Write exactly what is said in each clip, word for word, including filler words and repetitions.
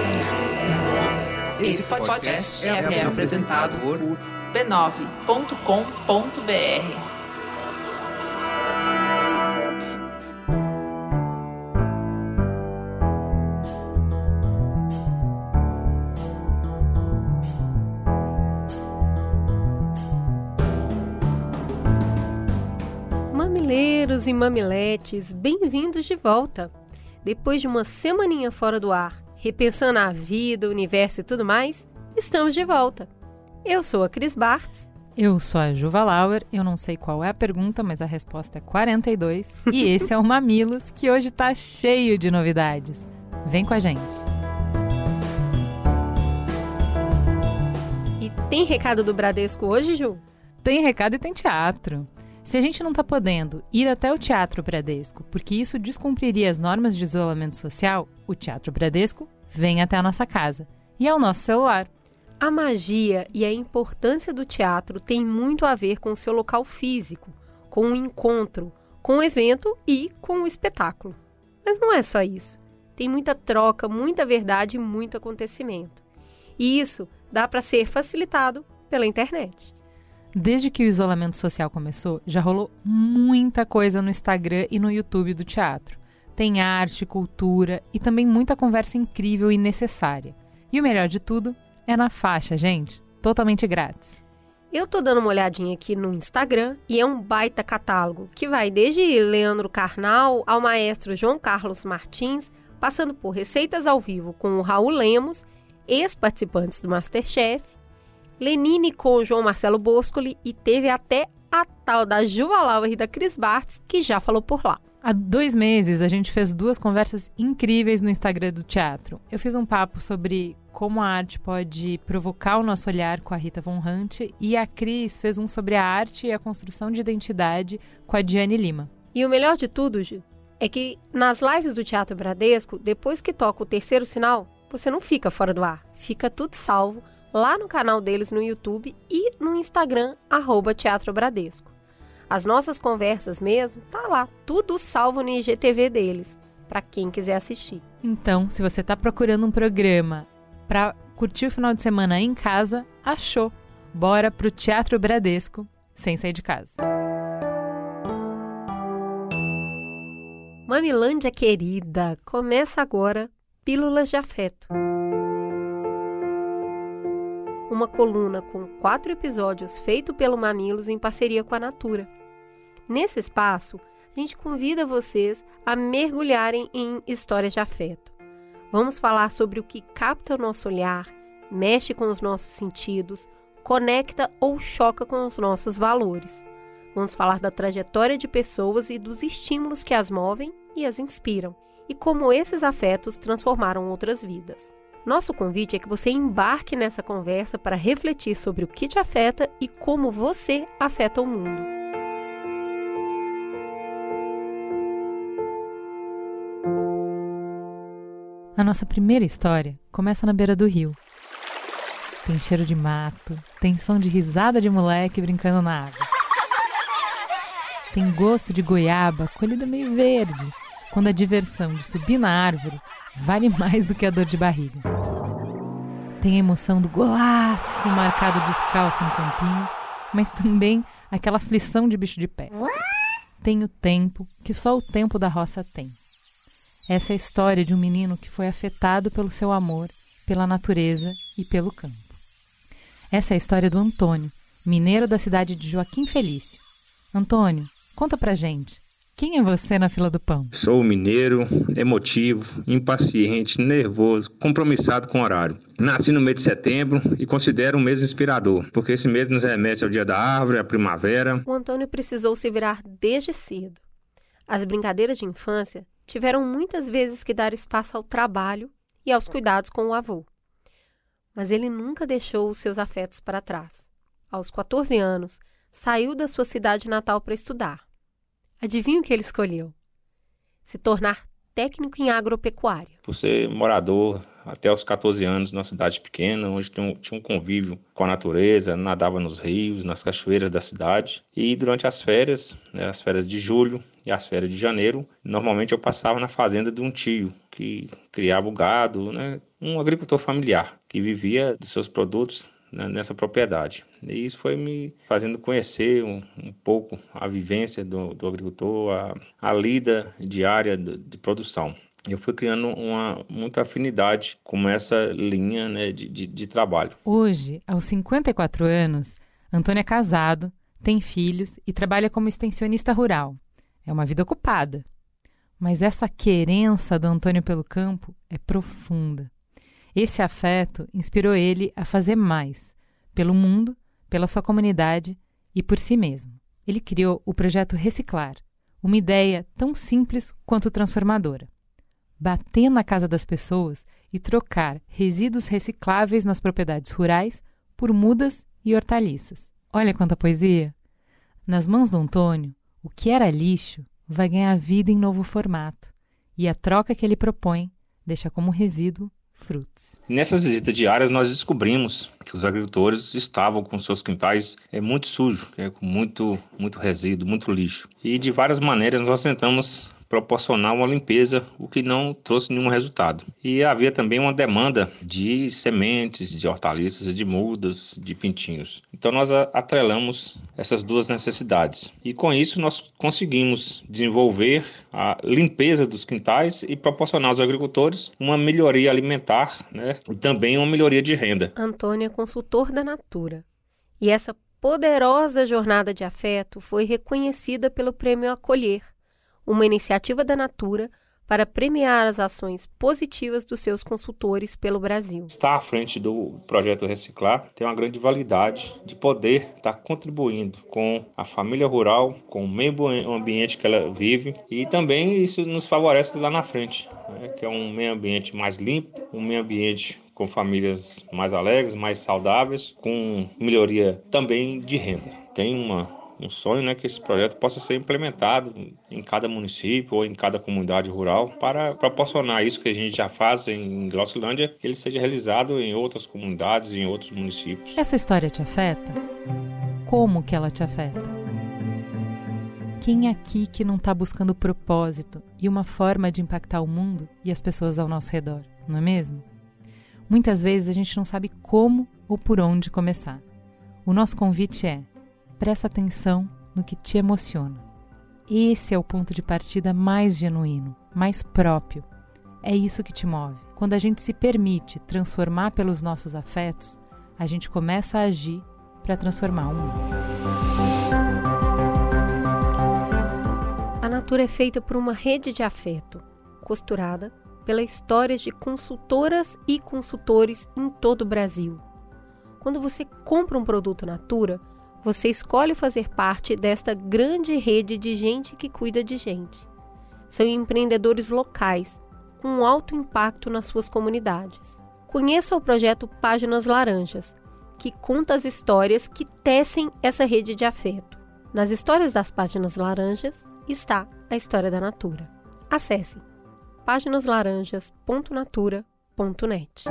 Esse podcast é apresentado por b nove ponto com ponto b r. Mamileiros e mamiletes, bem-vindos de volta. Depois de uma semaninha fora do ar, repensando a vida, o universo e tudo mais, estamos de volta. Eu sou a Cris Bartz. Eu sou a Juva Lauer. Eu não sei qual é a pergunta, mas a resposta é quarenta e dois. E esse é o Mamilos, que hoje tá cheio de novidades. Vem com a gente. E tem recado do Bradesco hoje, Ju? Tem recado e tem teatro. Se a gente não está podendo ir até o Teatro Bradesco, porque isso descumpriria as normas de isolamento social, o Teatro Bradesco vem até a nossa casa e ao nosso celular. A magia e a importância do teatro tem muito a ver com o seu local físico, com o encontro, com o evento e com o espetáculo. Mas não é só isso. Tem muita troca, muita verdade e muito acontecimento. E isso dá para ser facilitado pela internet. Desde que o isolamento social começou, já rolou muita coisa no Instagram e no YouTube do teatro. Tem arte, cultura e também muita conversa incrível e necessária. E o melhor de tudo é na faixa, gente. Totalmente grátis. Eu tô dando uma olhadinha aqui no Instagram e é um baita catálogo que vai desde Leandro Carnal ao maestro João Carlos Martins, passando por receitas ao vivo com o Raul Lemos, ex-participantes do MasterChef, Lenine com o João Marcelo Boscoli e teve até a tal da Juva Lauer e da Cris Bartz, que já falou por lá. Há dois meses a gente fez duas conversas incríveis no Instagram do teatro. Eu fiz um papo sobre como a arte pode provocar o nosso olhar com a Rita Von Hunt e a Cris fez um sobre a arte e a construção de identidade com a Diane Lima. E o melhor de tudo, Gi, é que nas lives do Teatro Bradesco, depois que toca o terceiro sinal, você não fica fora do ar, fica tudo salvo lá no canal deles no YouTube e no Instagram, arroba Teatro Bradesco. As nossas conversas mesmo, tá lá, tudo salvo no I G T V deles, para quem quiser assistir. Então, se você tá procurando um programa para curtir o final de semana em casa, achou. Bora pro Teatro Bradesco, sem sair de casa. Mamilândia querida, começa agora Pílulas de Afeto. Uma coluna com quatro episódios feito pelo Mamilos em parceria com a Natura. Nesse espaço, a gente convida vocês a mergulharem em histórias de afeto. Vamos falar sobre o que capta o nosso olhar, mexe com os nossos sentidos, conecta ou choca com os nossos valores. Vamos falar da trajetória de pessoas e dos estímulos que as movem e as inspiram, e como esses afetos transformaram outras vidas. Nosso convite é que você embarque nessa conversa para refletir sobre o que te afeta e como você afeta o mundo. A nossa primeira história começa na beira do rio. Tem cheiro de mato, tem som de risada de moleque brincando na água. Tem gosto de goiaba colhida meio verde, quando a diversão de subir na árvore vale mais do que a dor de barriga. Tem a emoção do golaço marcado descalço em campinho, mas também aquela aflição de bicho de pé. Tem o tempo que só o tempo da roça tem. Essa é a história de um menino que foi afetado pelo seu amor, pela natureza e pelo campo. Essa é a história do Antônio, mineiro da cidade de Joaquim Felício. Antônio, conta pra gente. Quem é você na fila do pão? Sou mineiro, emotivo, impaciente, nervoso, compromissado com o horário. Nasci no mês de setembro e considero um mês inspirador, porque esse mês nos remete ao dia da árvore, à primavera. O Antônio precisou se virar desde cedo. As brincadeiras de infância tiveram muitas vezes que dar espaço ao trabalho e aos cuidados com o avô. Mas ele nunca deixou os seus afetos para trás. Aos quatorze anos, saiu da sua cidade natal para estudar. Adivinha o que ele escolheu? Se tornar técnico em agropecuária. Por ser morador até os catorze anos numa cidade pequena, onde tinha um convívio com a natureza, nadava nos rios, nas cachoeiras da cidade. E durante as férias, né, as férias de julho e as férias de janeiro, normalmente eu passava na fazenda de um tio que criava o gado, né, um agricultor familiar que vivia dos seus produtos nessa propriedade. E isso foi me fazendo conhecer um, um pouco a vivência do, do agricultor, a, a lida diária de, de produção. Eu fui criando uma, muita afinidade com essa linha, né, de, de, de trabalho. Hoje, aos cinquenta e quatro anos, Antônio é casado, tem filhos e trabalha como extensionista rural. É uma vida ocupada. Mas essa querença do Antônio pelo campo é profunda. Esse afeto inspirou ele a fazer mais, pelo mundo, pela sua comunidade e por si mesmo. Ele criou o projeto Reciclar, uma ideia tão simples quanto transformadora. Bater na casa das pessoas e trocar resíduos recicláveis nas propriedades rurais por mudas e hortaliças. Olha quanta poesia! Nas mãos do Antônio, o que era lixo vai ganhar vida em novo formato, e a troca que ele propõe deixa como resíduo frutos. Nessas visitas diárias nós descobrimos que os agricultores estavam com seus quintais é, muito sujos, é, com muito, muito resíduo, muito lixo. E de várias maneiras nós tentamos proporcionar uma limpeza, o que não trouxe nenhum resultado. E havia também uma demanda de sementes, de hortaliças, de mudas, de pintinhos. Então nós atrelamos essas duas necessidades. E com isso nós conseguimos desenvolver a limpeza dos quintais e proporcionar aos agricultores uma melhoria alimentar, né, e também uma melhoria de renda. Antônio é consultor da Natura. E essa poderosa jornada de afeto foi reconhecida pelo Prêmio Acolher, uma iniciativa da Natura para premiar as ações positivas dos seus consultores pelo Brasil. Estar à frente do projeto Reciclar tem uma grande validade de poder estar contribuindo com a família rural, com o meio ambiente que ela vive, e também isso nos favorece lá na frente, né, que é um meio ambiente mais limpo, um meio ambiente com famílias mais alegres, mais saudáveis, com melhoria também de renda. Tem uma um sonho, né, que esse projeto possa ser implementado em cada município ou em cada comunidade rural para proporcionar isso que a gente já faz em Glocilândia, que ele seja realizado em outras comunidades, em outros municípios. Essa história te afeta? Como que ela te afeta? Quem aqui que não está buscando propósito e uma forma de impactar o mundo e as pessoas ao nosso redor, não é mesmo? Muitas vezes a gente não sabe como ou por onde começar. O nosso convite é: presta atenção no que te emociona. Esse é o ponto de partida mais genuíno, mais próprio. É isso que te move. Quando a gente se permite transformar pelos nossos afetos, a gente começa a agir para transformar o mundo. A Natura é feita por uma rede de afeto, costurada pela história de consultoras e consultores em todo o Brasil. Quando você compra um produto Natura, você escolhe fazer parte desta grande rede de gente que cuida de gente. São empreendedores locais, com alto impacto nas suas comunidades. Conheça o projeto Páginas Laranjas, que conta as histórias que tecem essa rede de afeto. Nas histórias das Páginas Laranjas está a história da Natura. Acesse páginas laranjas ponto natura ponto net.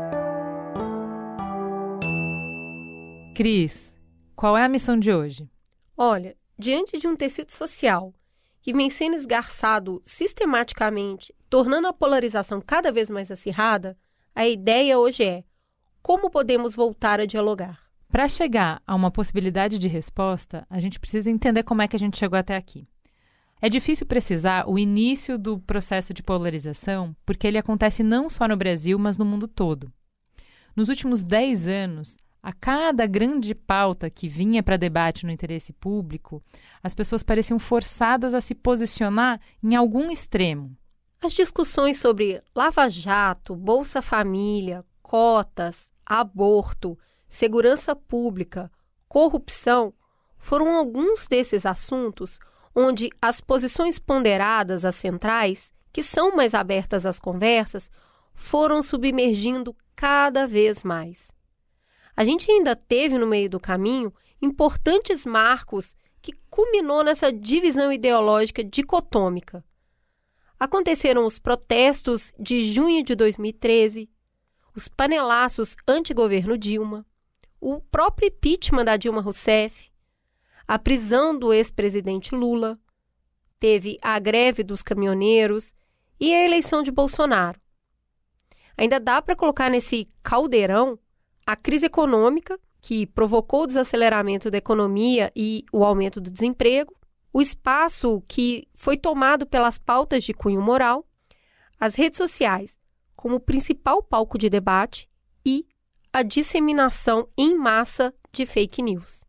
Cris, qual é a missão de hoje? Olha, diante de um tecido social que vem sendo esgarçado sistematicamente, tornando a polarização cada vez mais acirrada, a ideia hoje é: como podemos voltar a dialogar? Para chegar a uma possibilidade de resposta, a gente precisa entender como é que a gente chegou até aqui. É difícil precisar o início do processo de polarização, porque ele acontece não só no Brasil, mas no mundo todo. Nos últimos dez anos, a cada grande pauta que vinha para debate no interesse público, as pessoas pareciam forçadas a se posicionar em algum extremo. As discussões sobre Lava Jato, Bolsa Família, cotas, aborto, segurança pública, corrupção, foram alguns desses assuntos onde as posições ponderadas, as centrais, que são mais abertas às conversas, foram submergindo cada vez mais. A gente ainda teve no meio do caminho importantes marcos que culminou nessa divisão ideológica dicotômica. aconteceram os protestos de junho de dois mil e treze, os panelaços anti-governo Dilma, o próprio impeachment da Dilma Rousseff, a prisão do ex-presidente Lula, teve a greve dos caminhoneiros e a eleição de Bolsonaro. Ainda dá para colocar nesse caldeirão a crise econômica, que provocou o desaceleramento da economia e o aumento do desemprego, o espaço que foi tomado pelas pautas de cunho moral, as redes sociais como principal palco de debate e a disseminação em massa de fake news.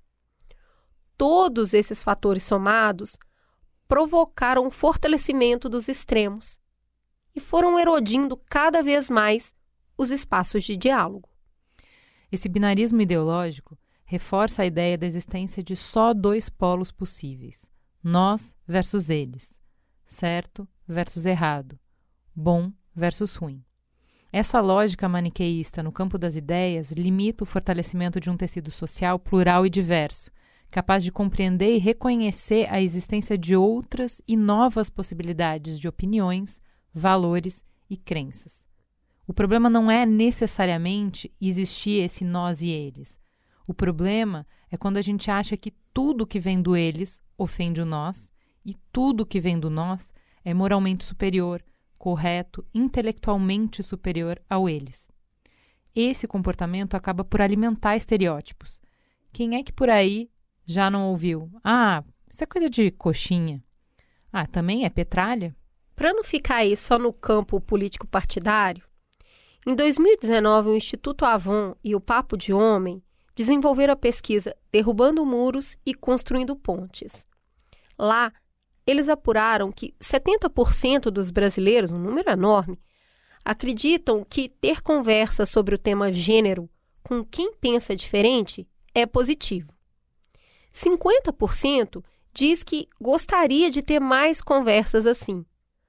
Todos esses fatores somados provocaram o fortalecimento dos extremos e foram erodindo cada vez mais os espaços de diálogo. Esse binarismo ideológico reforça a ideia da existência de só dois polos possíveis, nós versus eles, certo versus errado, bom versus ruim. Essa lógica maniqueísta no campo das ideias limita o fortalecimento de um tecido social plural e diverso, capaz de compreender e reconhecer a existência de outras e novas possibilidades de opiniões, valores e crenças. O problema não é necessariamente existir esse nós e eles. O problema é quando a gente acha que tudo que vem do eles ofende o nós e tudo que vem do nós é moralmente superior, correto, intelectualmente superior ao eles. Esse comportamento acaba por alimentar estereótipos. Quem é que por aí já não ouviu? Ah, isso é coisa de coxinha. Ah, também é petralha? Para não ficar aí só no campo político partidário, em dois mil e dezenove, o Instituto Avon e o Papo de Homem desenvolveram a pesquisa Derrubando Muros e Construindo Pontes. Lá, eles apuraram que setenta por cento dos brasileiros, um número enorme, acreditam que ter conversa sobre o tema gênero com quem pensa diferente é positivo. cinquenta por cento diz que gostaria de ter mais conversas assim.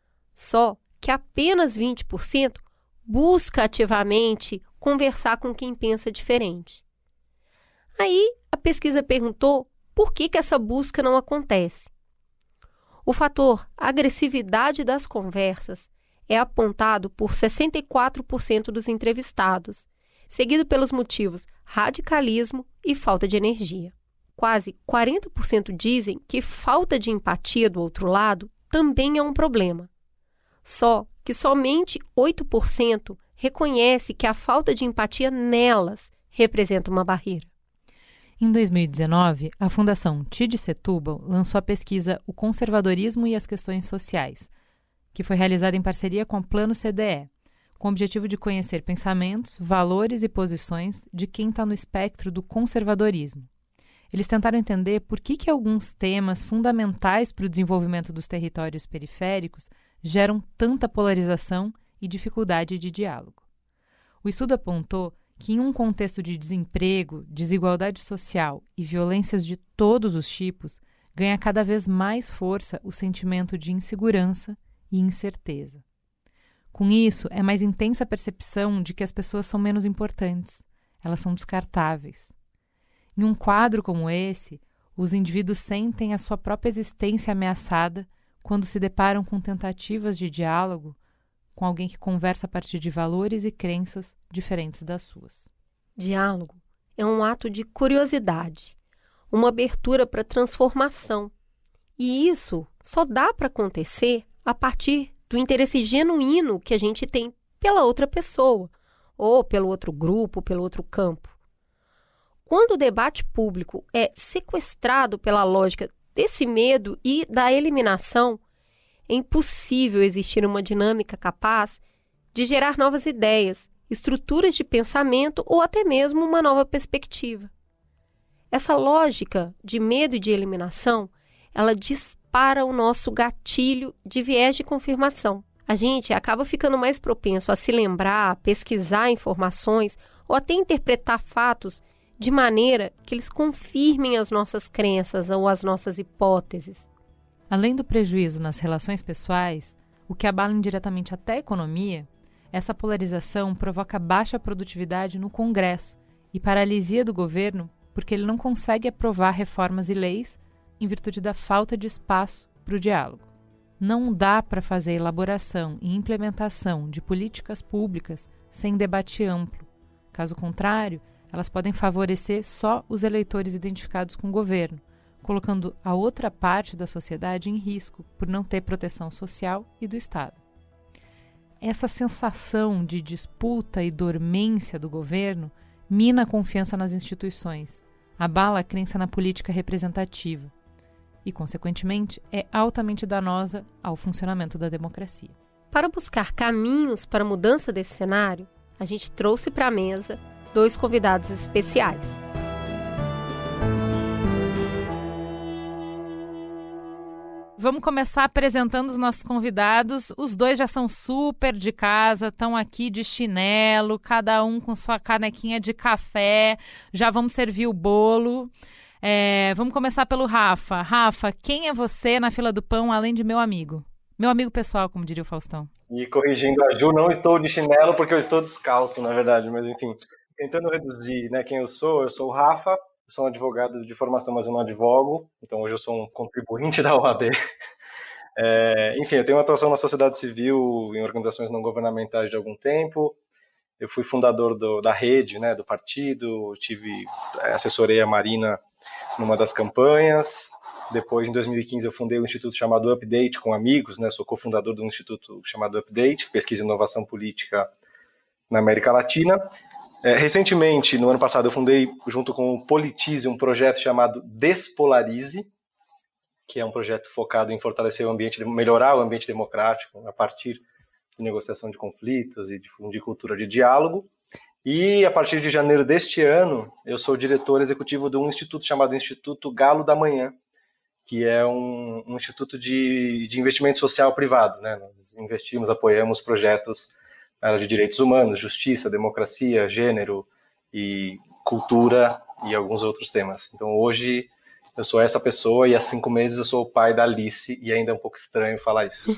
Só que apenas vinte por cento busca ativamente conversar com quem pensa diferente. Aí, a pesquisa perguntou por que que essa busca não acontece. O fator agressividade das conversas é apontado por sessenta e quatro por cento dos entrevistados, seguido pelos motivos radicalismo e falta de energia. Quase quarenta por cento dizem que falta de empatia do outro lado também é um problema. Só que somente oito por cento reconhece que a falta de empatia nelas representa uma barreira. Em dois mil e dezenove, a Fundação T I D Setúbal lançou a pesquisa O Conservadorismo e as Questões Sociais, que foi realizada em parceria com o Plano C D E, com o objetivo de conhecer pensamentos, valores e posições de quem está no espectro do conservadorismo. Eles tentaram entender por que, que alguns temas fundamentais para o desenvolvimento dos territórios periféricos geram tanta polarização e dificuldade de diálogo. O estudo apontou que em um contexto de desemprego, desigualdade social e violências de todos os tipos, ganha cada vez mais força o sentimento de insegurança e incerteza. Com isso, é mais intensa a percepção de que as pessoas são menos importantes, elas são descartáveis. Em um quadro como esse, os indivíduos sentem a sua própria existência ameaçada quando se deparam com tentativas de diálogo com alguém que conversa a partir de valores e crenças diferentes das suas. Diálogo é um ato de curiosidade, uma abertura para transformação. E isso só dá para acontecer a partir do interesse genuíno que a gente tem pela outra pessoa, ou pelo outro grupo, pelo outro campo. Quando o debate público é sequestrado pela lógica desse medo e da eliminação, é impossível existir uma dinâmica capaz de gerar novas ideias, estruturas de pensamento ou até mesmo uma nova perspectiva. Essa lógica de medo e de eliminação, ela dispara o nosso gatilho de viés de confirmação. A gente acaba ficando mais propenso a se lembrar, a pesquisar informações ou até interpretar fatos de maneira que eles confirmem as nossas crenças ou as nossas hipóteses. Além do prejuízo nas relações pessoais, o que abala indiretamente até a economia, essa polarização provoca baixa produtividade no Congresso e paralisia do governo porque ele não consegue aprovar reformas e leis em virtude da falta de espaço para o diálogo. Não dá para fazer elaboração e implementação de políticas públicas sem debate amplo. Caso contrário, elas podem favorecer só os eleitores identificados com o governo, colocando a outra parte da sociedade em risco por não ter proteção social e do Estado. Essa sensação de disputa e dormência do governo mina a confiança nas instituições, abala a crença na política representativa e, consequentemente, é altamente danosa ao funcionamento da democracia. Para buscar caminhos para a mudança desse cenário, a gente trouxe para a mesa dois convidados especiais. Vamos começar apresentando os nossos convidados. Os dois já são super de casa, estão aqui de chinelo, cada um com sua canequinha de café. Já vamos servir o bolo. É, vamos começar pelo Rafa. Rafa, quem é você na fila do pão, além de meu amigo? Meu amigo pessoal, como diria o Faustão. E corrigindo a Ju, não estou de chinelo porque eu estou descalço, na verdade. Mas, enfim, tentando reduzir, né, quem eu sou, eu sou o Rafa. Eu sou um advogado de formação, mas eu não advogo, então hoje eu sou um contribuinte da O A B. É, enfim, eu tenho uma atuação na sociedade civil, em organizações não governamentais de algum tempo. Eu fui fundador do, da rede, né, do partido, tive, assessorei a Marina numa das campanhas. Depois, em dois mil e quinze, eu fundei um instituto chamado Update com amigos, né, sou cofundador de um instituto chamado Update, Pesquisa e Inovação Política na América Latina. É, recentemente, no ano passado, eu fundei, junto com o Politize, um projeto chamado Despolarize, que é um projeto focado em fortalecer o ambiente, melhorar o ambiente democrático a partir de negociação de conflitos e difundir cultura de diálogo. E, a partir de janeiro deste ano, eu sou diretor executivo de um instituto chamado Instituto Galo da Manhã, que é um, um instituto de, de investimento social privado, né? Nós investimos, apoiamos projetos na área de direitos humanos, justiça, democracia, gênero e cultura e alguns outros temas. Então hoje eu sou essa pessoa e há cinco meses eu sou o pai da Alice e ainda é um pouco estranho falar isso.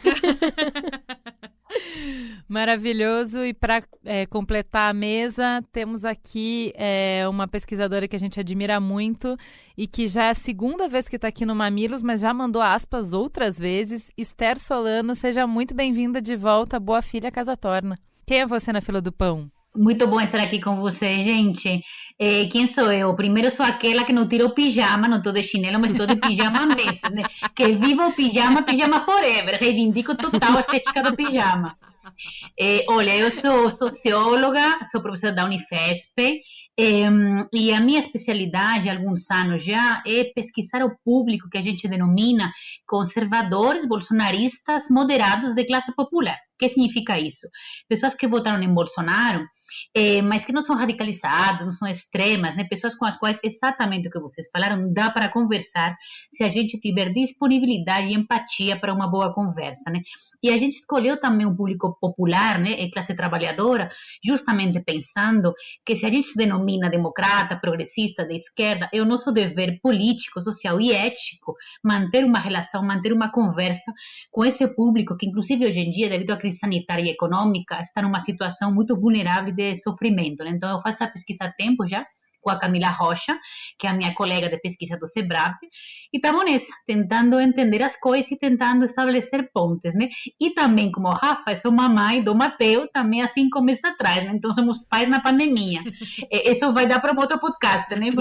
Maravilhoso. E para é, completar a mesa, temos aqui é, uma pesquisadora que a gente admira muito e que já é a segunda vez que está aqui no Mamilos, mas já mandou aspas outras vezes. Esther Solano, seja muito bem-vinda de volta. Boa filha, casa torna. Quem é você na fila do pão? Muito bom estar aqui com você, gente. Eh, quem sou eu? Primeiro sou aquela que não tira o pijama, não estou de chinelo, mas estou de pijama há meses, né? Que viva o pijama, pijama forever. Reivindico total a estética do pijama. Eh, olha, eu sou socióloga, sou professora da Unifesp, eh, e a minha especialidade, há alguns anos já, é pesquisar o público que a gente denomina conservadores, bolsonaristas, moderados de classe popular. O que significa isso? Pessoas que votaram em Bolsonaro, eh, mas que não são radicalizadas, não são extremas, né? Pessoas com as quais, exatamente o que vocês falaram, dá para conversar se a gente tiver disponibilidade e empatia para uma boa conversa, né? E a gente escolheu também um público popular, né, classe trabalhadora, justamente pensando que se a gente se denomina democrata, progressista, de esquerda, é o nosso dever político, social e ético manter uma relação, manter uma conversa com esse público que, inclusive, hoje em dia, devido à crise sanitária e econômica, está numa situação muito vulnerável de sofrimento, né? Então, eu faço essa pesquisa há tempo já, com a Camila Rocha, que é a minha colega de pesquisa do SEBRAP, e estamos nessa, tentando entender as coisas e tentando estabelecer pontes, né? E também, como o Rafa, eu sou mamãe do Mateu, também há cinco meses atrás, né? Então somos pais na pandemia. Isso vai dar para um outro podcast, né?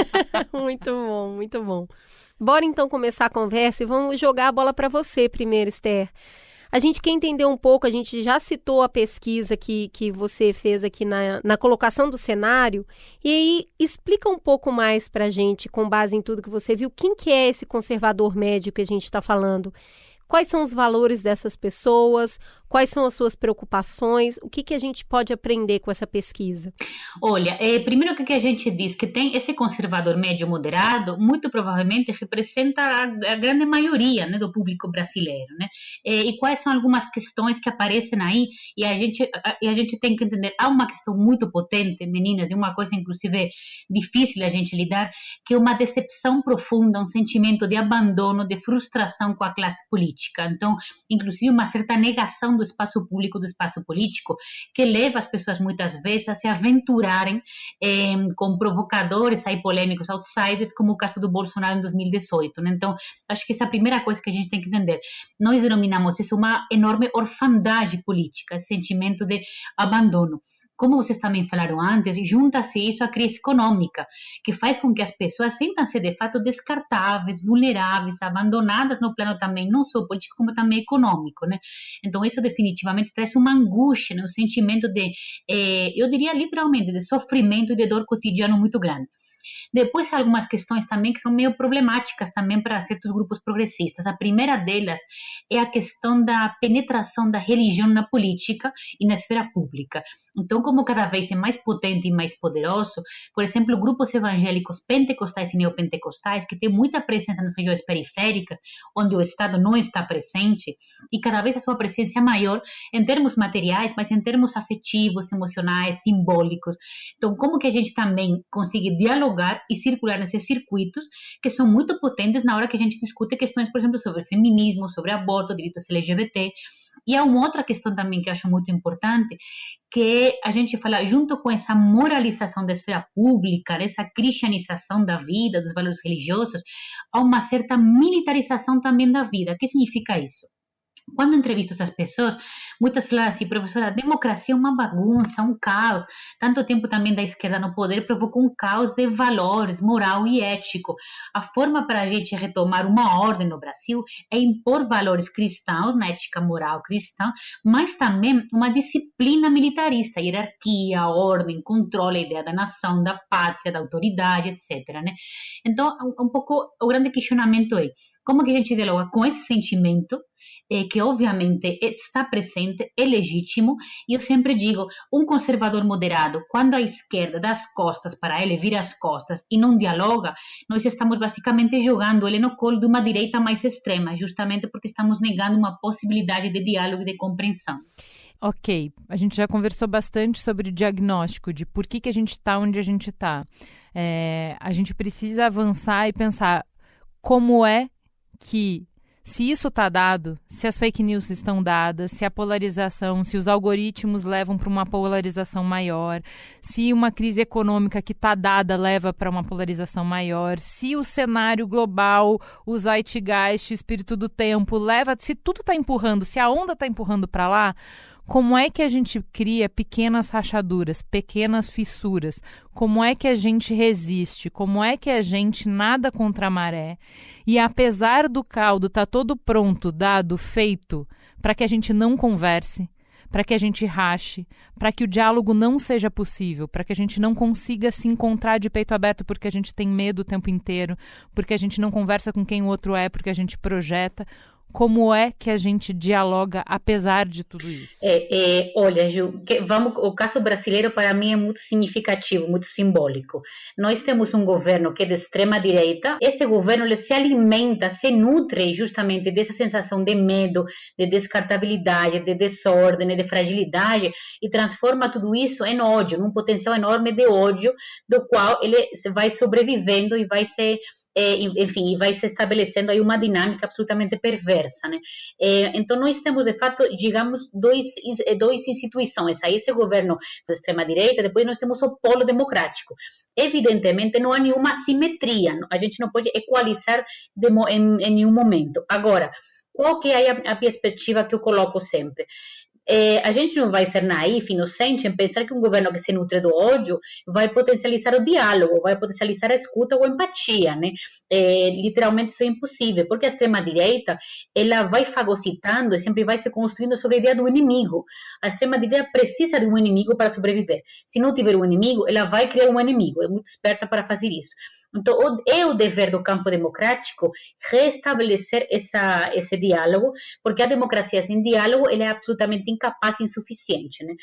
Muito bom, muito bom. Bora então começar a conversa e vamos jogar a bola para você primeiro, Esther. A gente quer entender um pouco, a gente já citou a pesquisa que, que você fez aqui na, na colocação do cenário, e aí explica um pouco mais para a gente, com base em tudo que você viu, quem que é esse conservador médio que a gente está falando? Quais são os valores dessas pessoas? Quais são as suas preocupações? O que, que a gente pode aprender com essa pesquisa? Olha, é, primeiro que a gente diz que tem esse conservador médio moderado, muito provavelmente representa a, a grande maioria, né, do público brasileiro, né? É, e quais são algumas questões que aparecem aí? E a gente, a, e a gente tem que entender, há uma questão muito potente, meninas, e uma coisa inclusive difícil a gente lidar, que é uma decepção profunda, um sentimento de abandono, de frustração com a classe política. política. Então, inclusive uma certa negação do espaço público, do espaço político, que leva as pessoas muitas vezes a se aventurarem eh, com provocadores aí polêmicos, outsiders, como o caso do Bolsonaro em dois mil e dezoito. Né? Então, acho que essa é a primeira coisa que a gente tem que entender. Nós denominamos isso uma enorme orfandade política, esse sentimento de abandono. Como vocês também falaram antes, junta-se isso à crise econômica, que faz com que as pessoas sintam-se de fato descartáveis, vulneráveis, abandonadas no plano também, não só político, como também econômico, né? Então, isso definitivamente traz uma angústia, né? Um sentimento de, eh, eu diria literalmente, de sofrimento e de dor cotidiano muito grande. Depois, há algumas questões também que são meio problemáticas também para certos grupos progressistas. A primeira delas é a questão da penetração da religião na política e na esfera pública. Então, como cada vez é mais potente e mais poderoso, por exemplo, grupos evangélicos pentecostais e neopentecostais, que têm muita presença nas regiões periféricas, onde o Estado não está presente, e cada vez a sua presença é maior em termos materiais, mas em termos afetivos, emocionais, simbólicos. Então, como que a gente também consegue dialogar e circular nesses circuitos que são muito potentes na hora que a gente discute questões, por exemplo, sobre feminismo, sobre aborto, direitos L G B T. E há uma outra questão também que eu acho muito importante, que a gente fala, junto com essa moralização da esfera pública, essa cristianização da vida, dos valores religiosos, há uma certa militarização também da vida. O que significa isso? Quando entrevisto essas pessoas, muitas falam assim, professora, a democracia é uma bagunça, um caos. Tanto tempo também da esquerda no poder provocou um caos de valores, moral e ético. A forma para a gente retomar uma ordem no Brasil é impor valores cristãos, na ética moral cristã, mas também uma disciplina militarista, hierarquia, ordem, controle, a ideia da nação, da pátria, da autoridade, etcétera. Né? Então, um, um pouco o grande questionamento é como que a gente dialoga com esse sentimento, Eh, que obviamente está presente, é legítimo, e eu sempre digo, um conservador moderado, quando a esquerda dá as costas para ele, vira as costas e não dialoga, nós estamos basicamente jogando ele no colo de uma direita mais extrema, justamente porque estamos negando uma possibilidade de diálogo e de compreensão. Ok, a gente já conversou bastante sobre o diagnóstico, de por que, que a gente está onde a gente está. É, a gente precisa avançar e pensar como é que, se isso está dado, se as fake news estão dadas, se a polarização, se os algoritmos levam para uma polarização maior, se uma crise econômica que está dada leva para uma polarização maior, se o cenário global, o zeitgeist, o espírito do tempo, leva, se tudo está empurrando, se a onda está empurrando para lá, como é que a gente cria pequenas rachaduras, pequenas fissuras? Como é que a gente resiste? Como é que a gente nada contra a maré? E apesar do caldo estar tá todo pronto, dado, feito, para que a gente não converse, para que a gente rache, para que o diálogo não seja possível, para que a gente não consiga se encontrar de peito aberto porque a gente tem medo o tempo inteiro, porque a gente não conversa com quem o outro é, porque a gente projeta. Como é que a gente dialoga apesar de tudo isso? É, é, olha, Ju, que, vamos, o caso brasileiro para mim é muito significativo, muito simbólico. Nós temos um governo que é de extrema direita. Esse governo ele se alimenta, se nutre justamente dessa sensação de medo, de descartabilidade, de desordem, de fragilidade e transforma tudo isso em ódio, num potencial enorme de ódio, do qual ele vai sobrevivendo e vai se É, enfim, e vai se estabelecendo aí uma dinâmica absolutamente perversa, né? É, então, nós temos, de fato, digamos, dois, dois instituições, aí esse governo da extrema-direita, depois nós temos o polo democrático. Evidentemente, não há nenhuma simetria, a gente não pode equalizar de, em, em nenhum momento. Agora, qual que é a, a perspectiva que eu coloco sempre? É, a gente não vai ser naif, inocente em pensar que um governo que se nutre do ódio vai potencializar o diálogo, vai potencializar a escuta ou a empatia, né? É, literalmente isso é impossível, porque a extrema-direita, ela vai fagocitando e sempre vai se construindo sobre a ideia do inimigo. A extrema-direita precisa de um inimigo para sobreviver. Se não tiver um inimigo, ela vai criar um inimigo. É muito esperta para fazer isso. Então, é o dever do campo democrático restabelecer essa, esse diálogo, porque a democracia sem diálogo ela é absolutamente incapaz e insuficiente, né?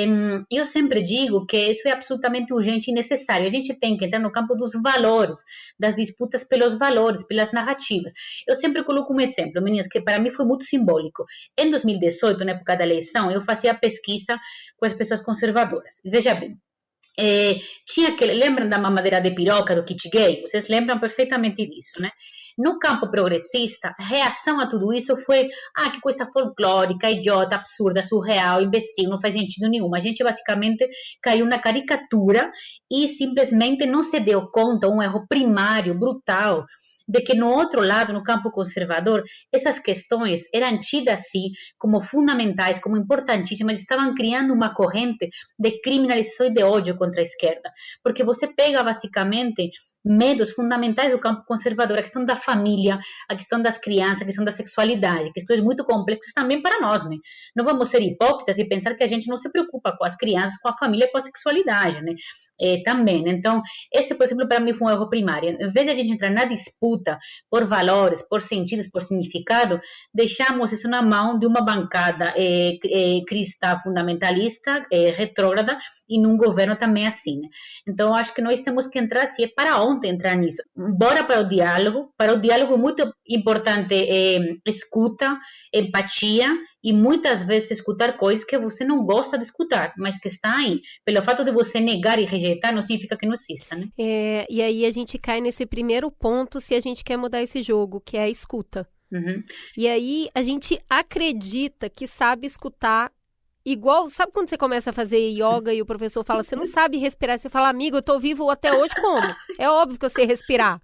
Eu sempre digo que isso é absolutamente urgente e necessário. A gente tem que entrar no campo dos valores, das disputas pelos valores, pelas narrativas. Eu sempre coloco um exemplo, meninas, que para mim foi muito simbólico. Em dois mil e dezoito, na época da eleição, eu fazia pesquisa com as pessoas conservadoras. Veja bem, É, tinha aquele, lembram da mamadeira de piroca do kit gay? Vocês lembram perfeitamente disso, né? No campo progressista, reação a tudo isso foi, ah, que coisa folclórica, idiota, absurda, surreal, imbecil, não faz sentido nenhum. A gente basicamente caiu na caricatura e simplesmente não se deu conta, um erro primário, brutal, de que no outro lado, no campo conservador, essas questões eram tidas assim como fundamentais, como importantíssimas, estavam criando uma corrente de criminalização e de ódio contra a esquerda, porque você pega basicamente medos fundamentais do campo conservador, a questão da família, a questão das crianças, a questão da sexualidade, questões muito complexas também para nós, né? Não vamos ser hipócritas e pensar que a gente não se preocupa com as crianças, com a família, com a sexualidade, né? É, também, né? Então, esse, por exemplo, para mim foi um erro primário. Em vez de a gente entrar na disputa por valores, por sentidos, por significado, deixamos isso na mão de uma bancada é, é, cristã fundamentalista, é, retrógrada, e num governo também assim, né? Então, acho que nós temos que entrar, se é para onde entrar nisso. Bora para o diálogo, para o diálogo muito importante é escuta, empatia, e muitas vezes escutar coisas que você não gosta de escutar, mas que está aí. Pelo fato de você negar e rejeitar, não significa que não exista, né? É, e aí a gente cai nesse primeiro ponto se a gente quer mudar esse jogo, que é a escuta. Uhum. E aí a gente acredita que sabe escutar igual, sabe quando você começa a fazer yoga e o professor fala, você não sabe respirar, você fala, amigo, eu tô vivo até hoje como? É óbvio que eu sei respirar.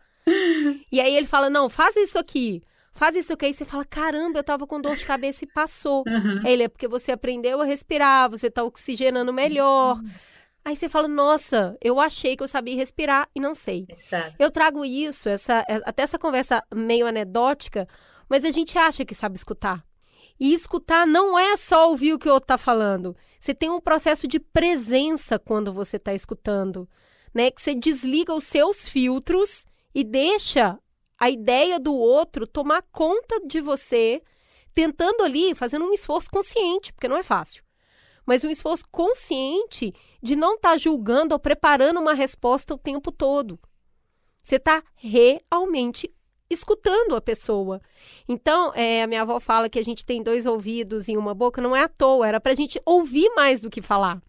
E aí ele fala, não, faz isso aqui, faz isso aqui. Aí você fala, caramba, eu tava com dor de cabeça e passou. Uhum. Aí ele, é porque você aprendeu a respirar, você tá oxigenando melhor. Uhum. Aí você fala, nossa, eu achei que eu sabia respirar e não sei. Exato. Eu trago isso, essa, até essa conversa meio anedótica, mas a gente acha que sabe escutar. E escutar não é só ouvir o que o outro está falando. Você tem um processo de presença quando você está escutando, né? Que você desliga os seus filtros e deixa a ideia do outro tomar conta de você, tentando ali, fazendo um esforço consciente, porque não é fácil. Mas um esforço consciente de não estar tá julgando ou preparando uma resposta o tempo todo. Você está realmente escutando a pessoa. Então, é, a minha avó fala que a gente tem dois ouvidos e uma boca, não é à toa, era para a gente ouvir mais do que falar.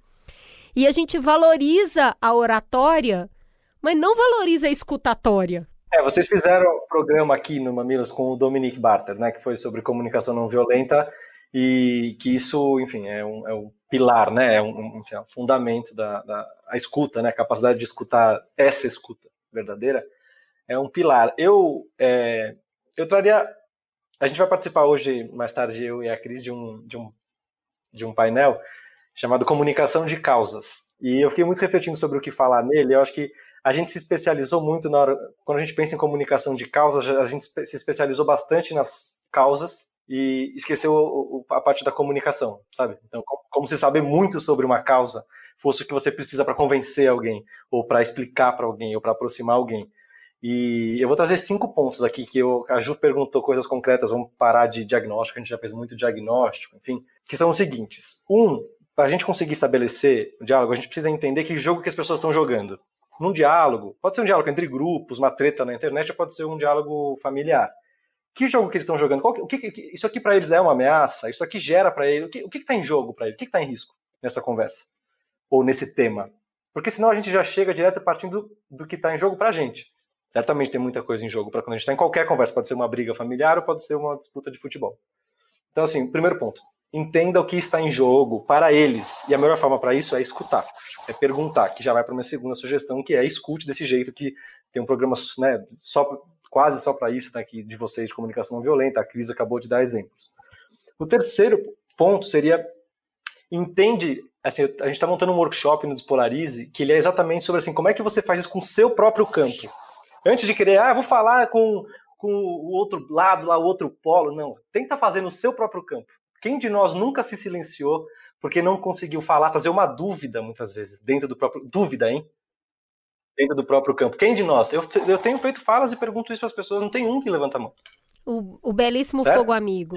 E a gente valoriza a oratória, mas não valoriza a escutatória. É, vocês fizeram um programa aqui no Mamilos com o Dominique Barter, né, que foi sobre comunicação não violenta, e que isso, enfim, é um, é um pilar, né, é um, enfim, é um fundamento da, da a escuta, né, a capacidade de escutar, essa escuta verdadeira, é um pilar. Eu, é, eu traria, a gente vai participar hoje, mais tarde, eu e a Cris, de um, de um, de um painel chamado Comunicação de Causas, e eu fiquei muito refletindo sobre o que falar nele. Eu acho que a gente se especializou muito na hora, quando a gente pensa em comunicação de causas, a gente se especializou bastante nas causas e esqueceu a parte da comunicação, sabe? Então, como se saber muito sobre uma causa fosse o que você precisa para convencer alguém, ou para explicar para alguém, ou para aproximar alguém. E eu vou trazer cinco pontos aqui, que eu, a Ju perguntou coisas concretas, vamos parar de diagnóstico, a gente já fez muito diagnóstico, enfim, que são os seguintes. Um, para a gente conseguir estabelecer o diálogo, a gente precisa entender que jogo que as pessoas estão jogando. Num diálogo, pode ser um diálogo entre grupos, uma treta na internet, ou pode ser um diálogo familiar. Que jogo que eles estão jogando? Qual que, o que, que, isso aqui para eles é uma ameaça? Isso aqui gera para eles? O que o que está em jogo para eles? O que está em risco nessa conversa? Ou nesse tema? Porque senão a gente já chega direto partindo do, do que está em jogo para a gente. Certamente tem muita coisa em jogo para quando a gente está em qualquer conversa. Pode ser uma briga familiar ou pode ser uma disputa de futebol. Então, assim, primeiro ponto. Entenda o que está em jogo para eles. E a melhor forma para isso é escutar. É perguntar, que já vai para a minha segunda sugestão, que é escute desse jeito, que tem um programa, né, só, quase só para isso, né, aqui de vocês, de comunicação não violenta. A Cris acabou de dar exemplos. O terceiro ponto seria, entende, assim, a gente está montando um workshop no Despolarize, que ele é exatamente sobre assim, como é que você faz isso com o seu próprio campo. Antes de querer, ah, vou falar com, com o outro lado, lá, o outro polo. Não, tenta fazer no seu próprio campo. Quem de nós nunca se silenciou porque não conseguiu falar, trazer uma dúvida, muitas vezes, dentro do próprio... Dúvida, hein? Dentro do próprio campo. Quem de nós? Eu, eu tenho feito falas e pergunto isso para as pessoas, não tem um que levanta a mão. O, o belíssimo certo? Fogo Amigo.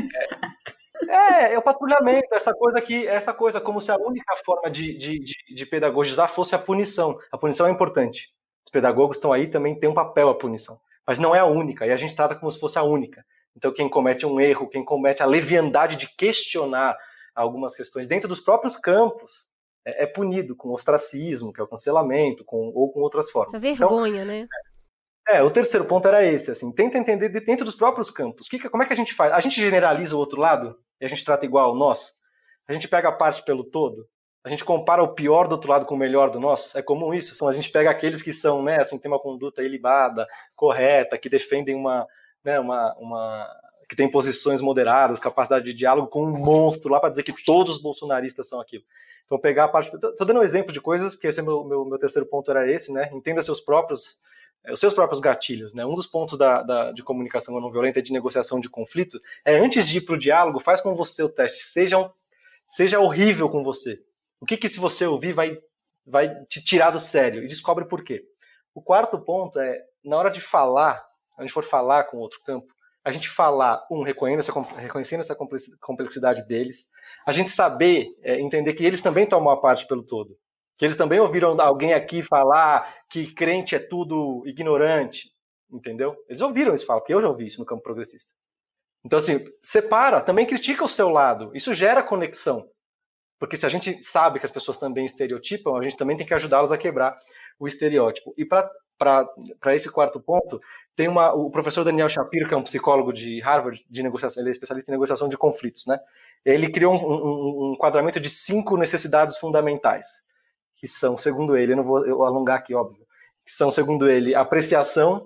É, é o patrulhamento, essa coisa que, essa coisa como se a única forma de, de, de, de pedagogizar fosse a punição. A punição é importante. Os pedagogos estão aí, também tem um papel a punição. Mas não é a única, e a gente trata como se fosse a única. Então, quem comete um erro, quem comete a leviandade de questionar algumas questões dentro dos próprios campos, é, é punido com ostracismo, que é o cancelamento, com, ou com outras formas. A vergonha, então, né? É, o terceiro ponto era esse, assim, tenta entender dentro dos próprios campos. Que, como é que a gente faz? A gente generaliza o outro lado e a gente trata igual ao nosso? A gente pega a parte pelo todo? A gente compara o pior do outro lado com o melhor do nosso? É comum isso? Então, a gente pega aqueles que são, né, assim, tem uma conduta ilibada, correta, que defendem uma, né, uma, uma, que tem posições moderadas, capacidade de diálogo com um monstro lá para dizer que todos os bolsonaristas são aquilo. Então, pegar a parte... Estou dando um exemplo de coisas, porque esse é meu, meu, meu terceiro ponto era esse, né? Entenda seus próprios... os seus próprios gatilhos, né? Um dos pontos da, da, de comunicação não violenta e de negociação de conflito é, antes de ir para o diálogo, faz com você o teste, seja, seja horrível com você. O que que se você ouvir vai, vai te tirar do sério? E descobre por quê. O quarto ponto é, na hora de falar, a gente for falar com outro campo, a gente falar, um, reconhecendo essa, reconhecendo essa complexidade deles, a gente saber, é, entender que eles também tomam a parte pelo todo. Que eles também ouviram alguém aqui falar que crente é tudo ignorante, entendeu? Eles ouviram isso falar, porque eu já ouvi isso no campo progressista. Então, assim, separa, também critica o seu lado, isso gera conexão. Porque se a gente sabe que as pessoas também estereotipam, a gente também tem que ajudá-los a quebrar o estereótipo. E para esse quarto ponto, tem uma, o professor Daniel Shapiro, que é um psicólogo de Harvard, de negociação, ele é especialista em negociação de conflitos, né? Ele criou um, um, um enquadramento de cinco necessidades fundamentais, que são, segundo ele, eu não vou eu alongar aqui, óbvio, que são, segundo ele, apreciação,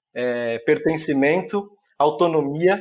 é, pertencimento, autonomia,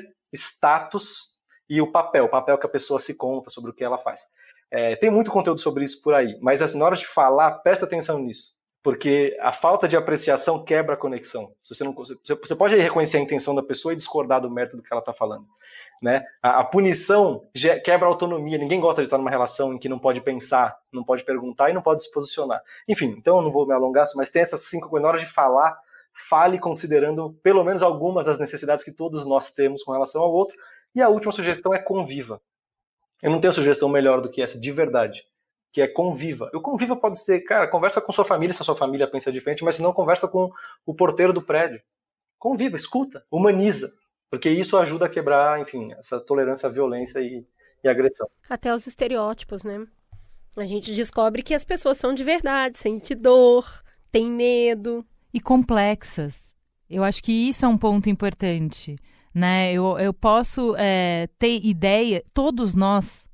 status e o papel, o papel que a pessoa se conta sobre o que ela faz. É, tem muito conteúdo sobre isso por aí, mas assim, na hora de falar, presta atenção nisso, porque a falta de apreciação quebra a conexão. Se você, não, você pode reconhecer a intenção da pessoa e discordar do mérito do que ela está falando. Né? A, a punição quebra a autonomia, ninguém gosta de estar numa relação em que não pode pensar, não pode perguntar e não pode se posicionar. Enfim, então eu não vou me alongar, mas tem essas cinco coisas. Na hora de falar, fale considerando pelo menos algumas das necessidades que todos nós temos com relação ao outro. E a última sugestão é conviva. Eu não tenho sugestão melhor do que essa, de verdade, que é conviva. O conviva pode ser, cara, conversa com sua família se a sua família pensa diferente, mas se não, conversa com o porteiro do prédio. Conviva, escuta, humaniza. Porque isso ajuda a quebrar, enfim, essa tolerância à violência e, e agressão. Até os estereótipos, né? A gente descobre que as pessoas são de verdade, sentem dor, têm medo. E complexas. Eu acho que isso é um ponto importante, né? Eu, eu posso é, ter ideia, todos nós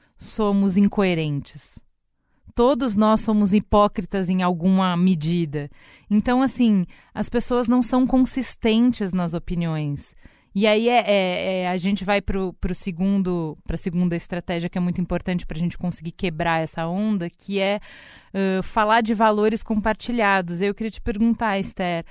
somos incoerentes. Todos nós somos hipócritas em alguma medida. Então, assim, as pessoas não são consistentes nas opiniões. E aí é, é, é, a gente vai para o segundo, para a segunda estratégia que é muito importante para a gente conseguir quebrar essa onda, que é uh, falar de valores compartilhados. Eu queria te perguntar, Esther,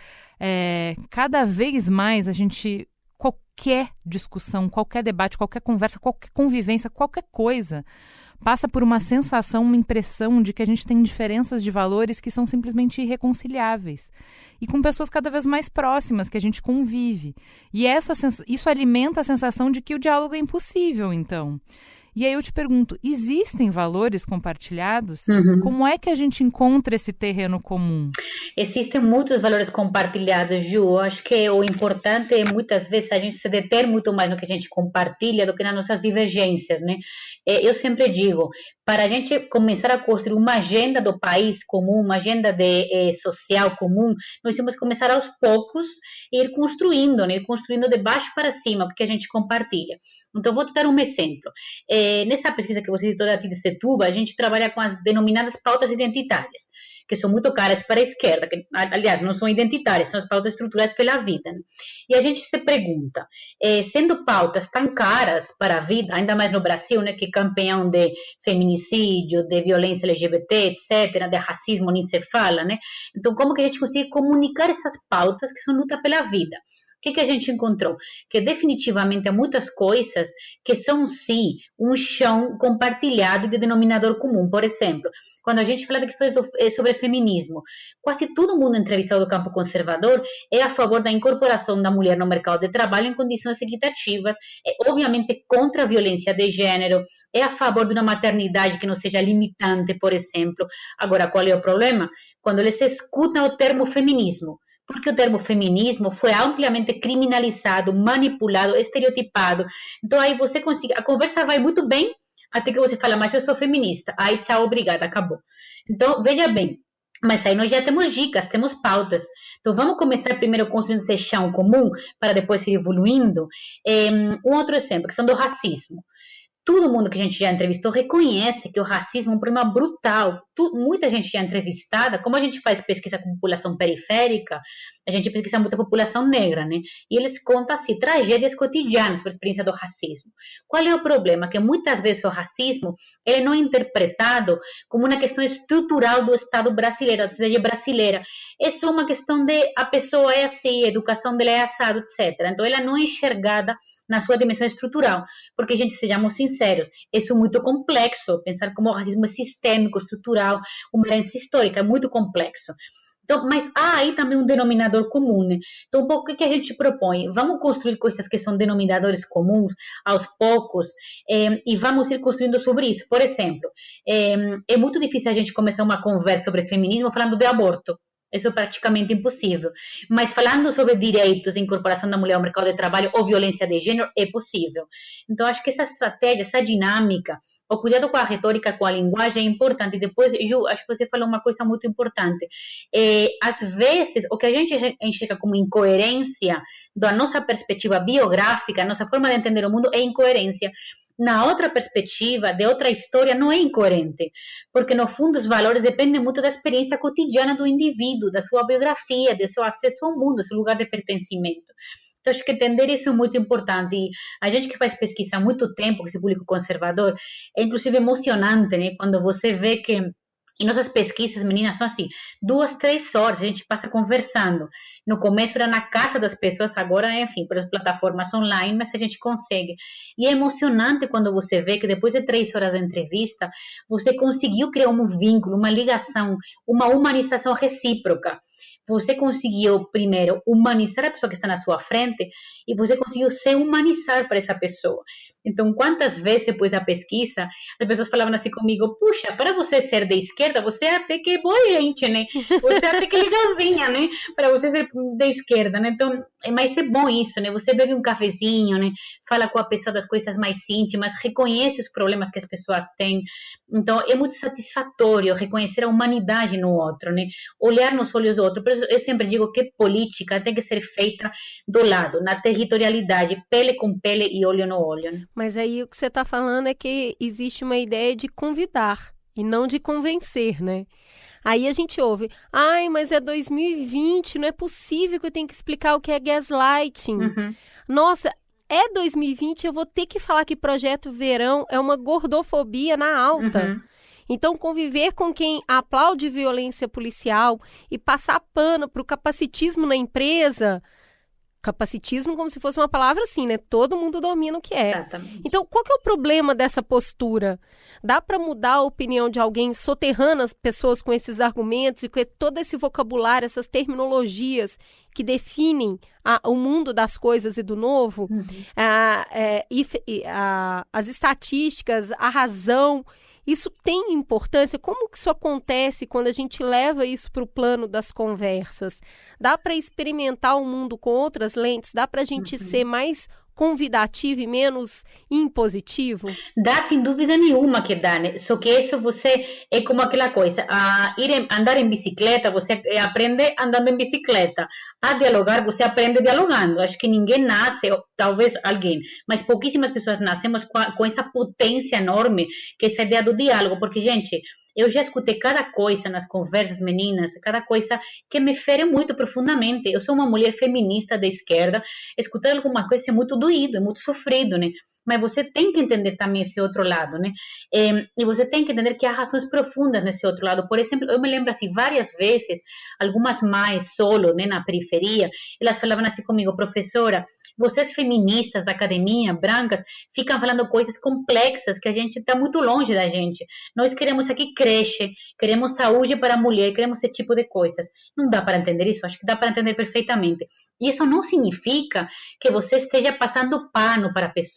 é, cada vez mais a gente, qualquer discussão, qualquer debate, qualquer conversa, qualquer convivência, qualquer coisa, passa por uma sensação, uma impressão de que a gente tem diferenças de valores que são simplesmente irreconciliáveis. E com pessoas cada vez mais próximas que a gente convive. E essa, isso alimenta a sensação de que o diálogo é impossível, então. E aí eu te pergunto, existem valores compartilhados? Uhum. Como é que a gente encontra esse terreno comum? Existem muitos valores compartilhados, Ju. Eu acho que o importante é muitas vezes a gente se deter muito mais no que a gente compartilha do que nas nossas divergências, né? Eu sempre digo, para a gente começar a construir uma agenda do país comum, uma agenda de, eh, social comum, nós temos que começar aos poucos e ir construindo, né? Ir construindo de baixo para cima, porque a gente compartilha. Então, vou te dar um exemplo. É, nessa pesquisa que você citou da T I D Setúbal, a gente trabalha com as denominadas pautas identitárias, que são muito caras para a esquerda, que, aliás, não são identitárias, são as pautas estruturadas pela vida. Né? E a gente se pergunta, é, sendo pautas tão caras para a vida, ainda mais no Brasil, né, que é campeão de feminicídio, de violência L G B T, etcétera, de racismo nem se fala, né? Então, como que a gente consegue comunicar essas pautas que são luta pela vida? O que, que a gente encontrou? Que definitivamente há muitas coisas que são, sim, um chão compartilhado de denominador comum. Por exemplo, quando a gente fala de questões do, sobre feminismo, quase todo mundo entrevistado do campo conservador é a favor da incorporação da mulher no mercado de trabalho em condições equitativas, é obviamente contra a violência de gênero, é a favor de uma maternidade que não seja limitante, por exemplo. Agora, qual é o problema? Quando eles escutam o termo feminismo, porque o termo feminismo foi ampliamente criminalizado, manipulado, estereotipado. Então, aí você consegue... A conversa vai muito bem até que você fala, mas eu sou feminista. Aí, tchau, obrigada, acabou. Então, veja bem, mas aí nós já temos dicas, temos pautas. Então, vamos começar primeiro construindo esse chão comum para depois ir evoluindo. Um outro exemplo, a questão do racismo. Todo mundo que a gente já entrevistou reconhece que o racismo é um problema brutal. Tu, muita gente já entrevistada, como a gente faz pesquisa com população periférica, a gente pesquisa muita população negra, né? E eles contam, assim, tragédias cotidianas por experiência do racismo. Qual é o problema? Que muitas vezes o racismo, ele não é interpretado como uma questão estrutural do Estado brasileiro, da sociedade brasileira. É só uma questão de a pessoa é assim, a educação dela é assado, etcétera. Então, ela não é enxergada na sua dimensão estrutural. Porque, gente, sejamos sinceros, isso é muito complexo. Pensar como o racismo é sistêmico, estrutural, uma herança histórica, é muito complexo. Então, mas há aí também um denominador comum, né? Então, o que a gente propõe? Vamos construir coisas que são denominadores comuns aos poucos eh, e vamos ir construindo sobre isso. Por exemplo, eh, é muito difícil a gente começar uma conversa sobre feminismo falando de aborto. Isso é praticamente impossível. Mas falando sobre direitos de incorporação da mulher ao mercado de trabalho ou violência de gênero, é possível. Então, acho que essa estratégia, essa dinâmica, o cuidado com a retórica, com a linguagem é importante. E depois, Ju, acho que você falou uma coisa muito importante. É, às vezes, o que a gente enxerga como incoerência da nossa perspectiva biográfica, nossa forma de entender o mundo é incoerência. Na outra perspectiva, de outra história, não é incoerente, porque no fundo os valores dependem muito da experiência cotidiana do indivíduo, da sua biografia, do seu acesso ao mundo, do seu lugar de pertencimento. Então, acho que entender isso é muito importante. E a gente que faz pesquisa há muito tempo, esse público conservador, é inclusive emocionante, né? Quando você vê que e nossas pesquisas, meninas, são assim, duas, três horas, a gente passa conversando. No começo era na casa das pessoas, agora, enfim, pelas plataformas online, mas a gente consegue. E é emocionante quando você vê que depois de três horas de entrevista, você conseguiu criar um vínculo, uma ligação, uma humanização recíproca. Você conseguiu, primeiro, humanizar a pessoa que está na sua frente e você conseguiu se humanizar para essa pessoa. Então, quantas vezes depois da pesquisa, as pessoas falavam assim comigo, puxa, para você ser de esquerda, você é até que é boa gente, né? Você é até que legalzinha, né? Para você ser de esquerda, né? Então, mas é bom isso, né? Você bebe um cafezinho, né? Fala com a pessoa das coisas mais íntimas, reconhece os problemas que as pessoas têm. Então, é muito satisfatório reconhecer a humanidade no outro, né? Olhar nos olhos do outro. Eu sempre digo que política tem que ser feita do lado, na territorialidade, pele com pele e olho no olho, né? Mas aí o que você está falando é que existe uma ideia de convidar e não de convencer, né? Aí a gente ouve, ai, mas é dois mil e vinte, não é possível que eu tenha que explicar o que é gaslighting. Uhum. Nossa, é dois mil e vinte, eu vou ter que falar que Projeto Verão é uma gordofobia na alta. Uhum. Então, conviver com quem aplaude violência policial e passar pano para o capacitismo na empresa... Capacitismo como se fosse uma palavra assim, né? Todo mundo domina o que é. Exatamente. Então, qual que é o problema dessa postura? Dá para mudar a opinião de alguém soterrando as pessoas com esses argumentos e com todo esse vocabulário, essas terminologias que definem a, o mundo das coisas e do novo? Uhum. Ah, é, e, a, as estatísticas, a razão... Isso tem importância? Como que isso acontece quando a gente leva isso para o plano das conversas? Dá para experimentar o mundo com outras lentes? Dá para a gente uhum. ser mais convidativo e menos impositivo? Dá, sem dúvida nenhuma que dá, né? Só que isso você é como aquela coisa, a ir em, andar em bicicleta, você aprende andando em bicicleta. A dialogar, você aprende dialogando. Acho que ninguém nasce, ou talvez alguém, mas pouquíssimas pessoas nascemos com, a, com essa potência enorme, que é essa ideia do diálogo, porque, gente, eu já escutei cada coisa nas conversas, meninas, cada coisa que me fere muito profundamente. Eu sou uma mulher feminista da esquerda, escutar alguma coisa é muito doído, é muito sofrido, né? Mas você tem que entender também esse outro lado, né? É, e você tem que entender que há razões profundas nesse outro lado. Por exemplo, eu me lembro assim, várias vezes, algumas mães solo, né, na periferia, elas falavam assim comigo, professora, vocês feministas da academia, brancas, ficam falando coisas complexas que a gente está muito longe da gente. Nós queremos aqui creche, queremos saúde para a mulher, queremos esse tipo de coisas. Não dá para entender isso? Acho que dá para entender perfeitamente. E isso não significa que você esteja passando pano para a pessoa, por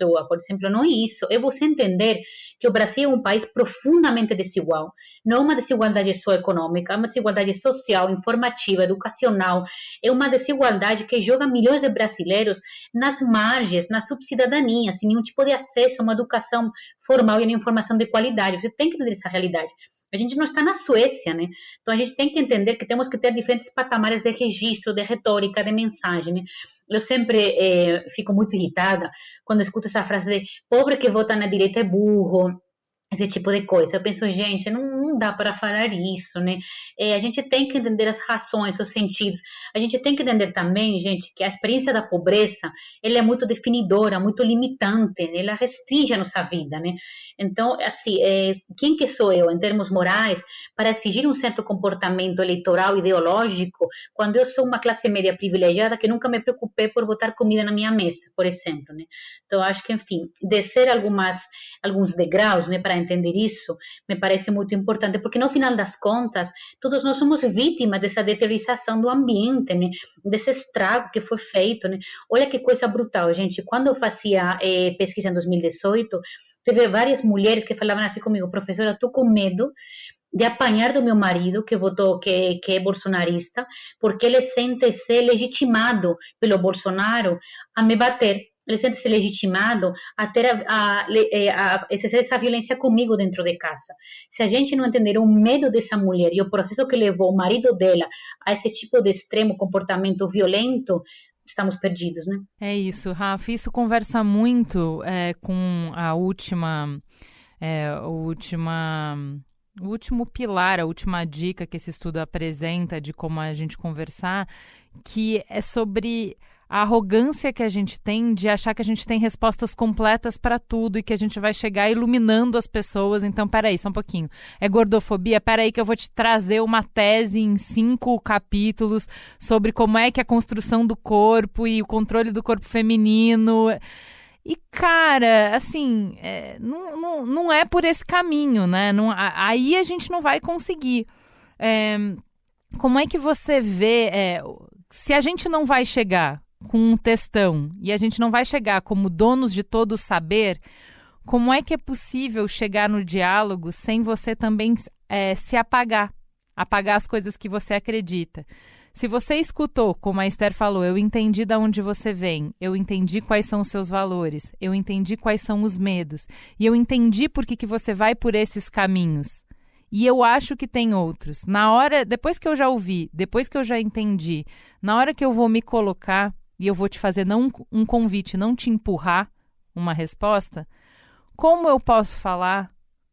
exemplo, não é isso. É você entender que o Brasil é um país profundamente desigual. Não é uma desigualdade só econômica, é uma desigualdade social, informativa, educacional. É uma desigualdade que joga milhões de brasileiros nas margens, na subcidadania, sem nenhum tipo de acesso a uma educação formal e a uma informação de qualidade. Você tem que entender essa realidade. A gente não está na Suécia, né? Então a gente tem que entender que temos que ter diferentes patamares de registro, de retórica, de mensagem, né? Eu sempre eh, fico muito irritada quando escuto essa frase de pobre que vota na direita é burro, esse tipo de coisa. Eu penso, gente, não, não dá para falar isso, né? É, a gente tem que entender as razões, os sentidos. A gente tem que entender também, gente, que a experiência da pobreza, ela é muito definidora, muito limitante, né? Ela restringe a nossa vida, né? Então, assim, é, quem que sou eu, em termos morais, para exigir um certo comportamento eleitoral, ideológico, quando eu sou uma classe média privilegiada que nunca me preocupei por botar comida na minha mesa, por exemplo, né? Então, acho que, enfim, descer algumas, alguns degraus, né, para entender isso, me parece muito importante, porque no final das contas, todos nós somos vítimas dessa deteriorização do ambiente, né? Desse estrago que foi feito, né? Olha que coisa brutal, gente. Quando eu fazia eh, pesquisa em dois mil e dezoito, teve várias mulheres que falavam assim comigo, professora, estou com medo de apanhar do meu marido, que votou, que, que é bolsonarista, porque ele sente-se legitimado pelo Bolsonaro a me bater. Ele sente-se legitimado a ter a, a, a, a exercer essa violência comigo dentro de casa. Se a gente não entender o medo dessa mulher e o processo que levou o marido dela a esse tipo de extremo comportamento violento, estamos perdidos, né? É isso, Rafa. Isso conversa muito é, com a última, é, a última, o último pilar, a última dica que esse estudo apresenta de como a gente conversar, que é sobre a arrogância que a gente tem de achar que a gente tem respostas completas para tudo e que a gente vai chegar iluminando as pessoas. Então, peraí, só um pouquinho. É gordofobia? Peraí que eu vou te trazer uma tese em cinco capítulos sobre como é que a construção do corpo e o controle do corpo feminino... E, cara, assim, é, não, não, não é por esse caminho, né? Não, a, aí a gente não vai conseguir. É, como é que você vê... É, se a gente não vai chegar com um textão e a gente não vai chegar como donos de todo o saber, como é que é possível chegar no diálogo sem você também é, se apagar, apagar as coisas que você acredita? Se você escutou, como a Esther falou, eu entendi de onde você vem, eu entendi quais são os seus valores, eu entendi quais são os medos, e eu entendi por que, que você vai por esses caminhos. E eu acho que tem outros. Na hora, depois que eu já ouvi, depois que eu já entendi, na hora que eu vou me colocar e eu vou te fazer não um convite, não te empurrar uma resposta, como eu posso falar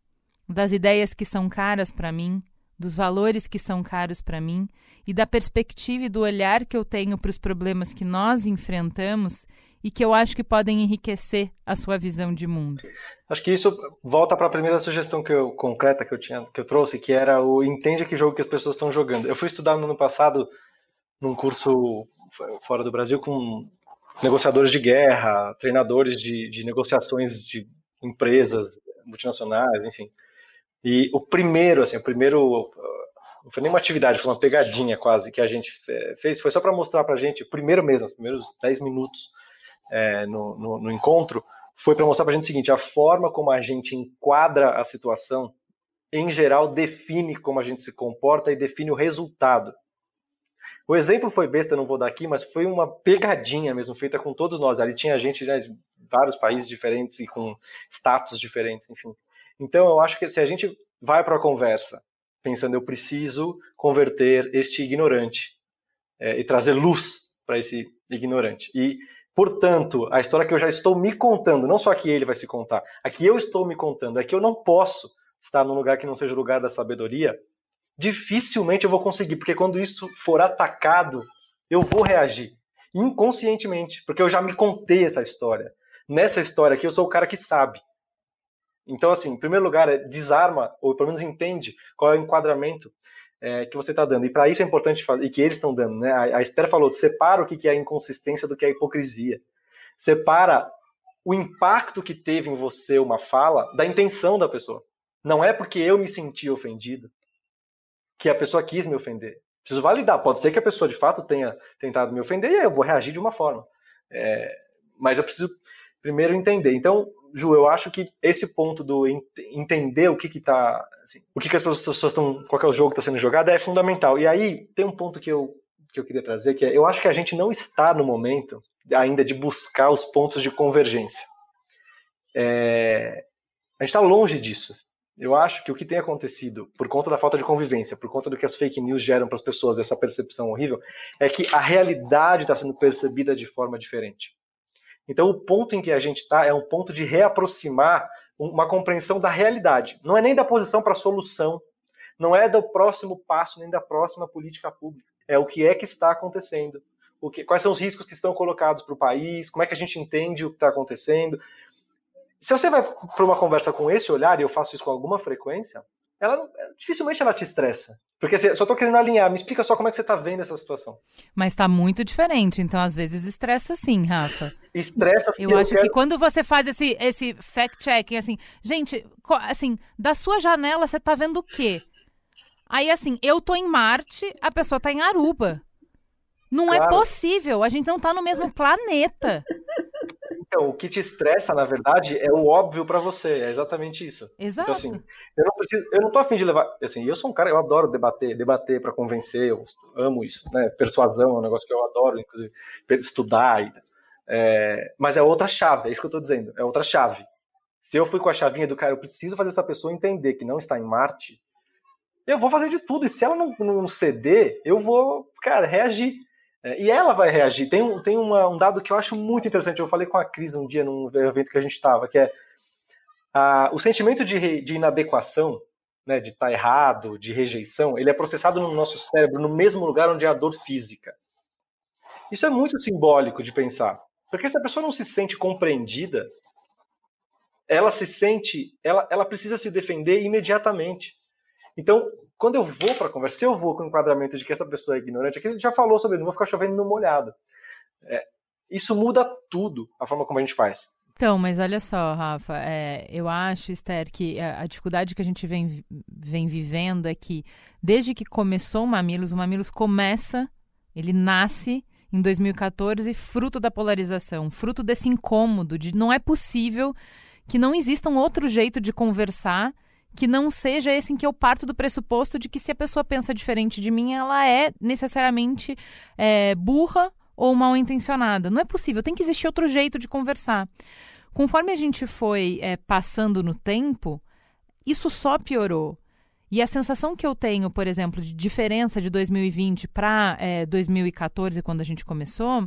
das ideias que são caras para mim, dos valores que são caros para mim e da perspectiva e do olhar que eu tenho para os problemas que nós enfrentamos e que eu acho que podem enriquecer a sua visão de mundo? Acho que isso volta para a primeira sugestão que eu, concreta que eu, tinha, que eu trouxe, que era o entende que jogo que as pessoas estão jogando. Eu fui estudar no ano passado num curso fora do Brasil com negociadores de guerra, treinadores de, de negociações de empresas multinacionais, enfim. E o primeiro, assim, o primeiro, não foi nem uma atividade, foi uma pegadinha quase que a gente fez, foi só para mostrar para a gente, o primeiro mesmo, os primeiros dez minutos é, no, no, no encontro, foi para mostrar para a gente o seguinte: a forma como a gente enquadra a situação, em geral, define como a gente se comporta e define o resultado. O exemplo foi besta, não vou dar aqui, mas foi uma pegadinha mesmo, feita com todos nós. Ali tinha gente, né, de vários países diferentes e com status diferentes, enfim. Então, eu acho que se a gente vai para a conversa pensando, eu preciso converter este ignorante é, e trazer luz para esse ignorante. E, portanto, a história que eu já estou me contando, não só que ele vai se contar, a que eu estou me contando, é que eu não posso estar num lugar que não seja o lugar da sabedoria, dificilmente eu vou conseguir, porque quando isso for atacado, eu vou reagir inconscientemente, porque eu já me contei essa história. Nessa história aqui, eu sou o cara que sabe. Então, assim, em primeiro lugar, desarma, ou pelo menos entende qual é o enquadramento é, que você está dando. E para isso é importante fazer, e que eles estão dando, né? A, a Esther falou, separa o que é a inconsistência do que é a hipocrisia. Separa o impacto que teve em você uma fala da intenção da pessoa. Não é porque eu me senti ofendido que a pessoa quis me ofender. Preciso validar. Pode ser que a pessoa, de fato, tenha tentado me ofender e aí eu vou reagir de uma forma. É, mas eu preciso primeiro entender. Então, Ju, eu acho que esse ponto do ent- entender o que que tá, assim, o que que as pessoas estão, qual que é o jogo que está sendo jogado é fundamental. E aí tem um ponto que eu, que eu queria trazer, que é, eu acho que a gente não está no momento ainda de buscar os pontos de convergência. É, a gente está longe disso. Eu acho que o que tem acontecido, por conta da falta de convivência, por conta do que as fake news geram para as pessoas, essa percepção horrível, é que a realidade está sendo percebida de forma diferente. Então, o ponto em que a gente está é um ponto de reaproximar uma compreensão da realidade. Não é nem da posição para a solução, não é do próximo passo, nem da próxima política pública. É o que é que está acontecendo, o que, quais são os riscos que estão colocados para o país, como é que a gente entende o que está acontecendo. Se você vai para uma conversa com esse olhar, e eu faço isso com alguma frequência, ela, dificilmente ela te estressa. Porque assim, eu só estou querendo alinhar, me explica só como é que você está vendo essa situação. Mas está muito diferente, então às vezes estressa sim, Rafa. Estressa. Eu, eu acho quero... que quando você faz esse, esse fact-checking, assim, gente, assim, da sua janela você está vendo o quê? Aí assim, eu tô em Marte, a pessoa está em Aruba. Não claro. É possível, a gente não está no mesmo planeta. Então, o que te estressa, na verdade, é o óbvio pra você, é exatamente isso. Exato. Então, assim, eu não preciso, eu não tô afim de levar, assim, eu sou um cara, eu adoro debater, debater pra convencer, eu amo isso, né, persuasão é um negócio que eu adoro, inclusive, estudar, e, é, mas é outra chave, é isso que eu tô dizendo, é outra chave. Se eu fui com a chavinha do cara, eu preciso fazer essa pessoa entender que não está em Marte, eu vou fazer de tudo, e se ela não, não ceder, eu vou, cara, reagir. E ela vai reagir. Tem, um, tem uma, um dado que eu acho muito interessante. Eu falei com a Cris um dia num evento que a gente estava, que é a, o sentimento de, de inadequação, né, de estar errado, de rejeição, ele é processado no nosso cérebro no mesmo lugar onde é a dor física. Isso é muito simbólico de pensar. Porque se a pessoa não se sente compreendida, ela se sente, ela, ela precisa se defender imediatamente. Então, quando eu vou para a conversa, se eu vou com o enquadramento de que essa pessoa é ignorante, aqui a gente já falou sobre, não vou ficar chovendo no molhado. É, isso muda tudo, a forma como a gente faz. Então, mas olha só, Rafa, é, eu acho, Esther, que a, a dificuldade que a gente vem, vem vivendo é que, desde que começou o Mamilos, o Mamilos começa, ele nasce em dois mil e catorze, fruto da polarização, fruto desse incômodo, de não é possível que não exista um outro jeito de conversar que não seja esse em que eu parto do pressuposto de que se a pessoa pensa diferente de mim, ela é necessariamente é, burra ou mal intencionada. Não é possível, tem que existir outro jeito de conversar. Conforme a gente foi é, passando no tempo, isso só piorou. E a sensação que eu tenho, por exemplo, de diferença de dois mil e vinte para é, dois mil e catorze, quando a gente começou,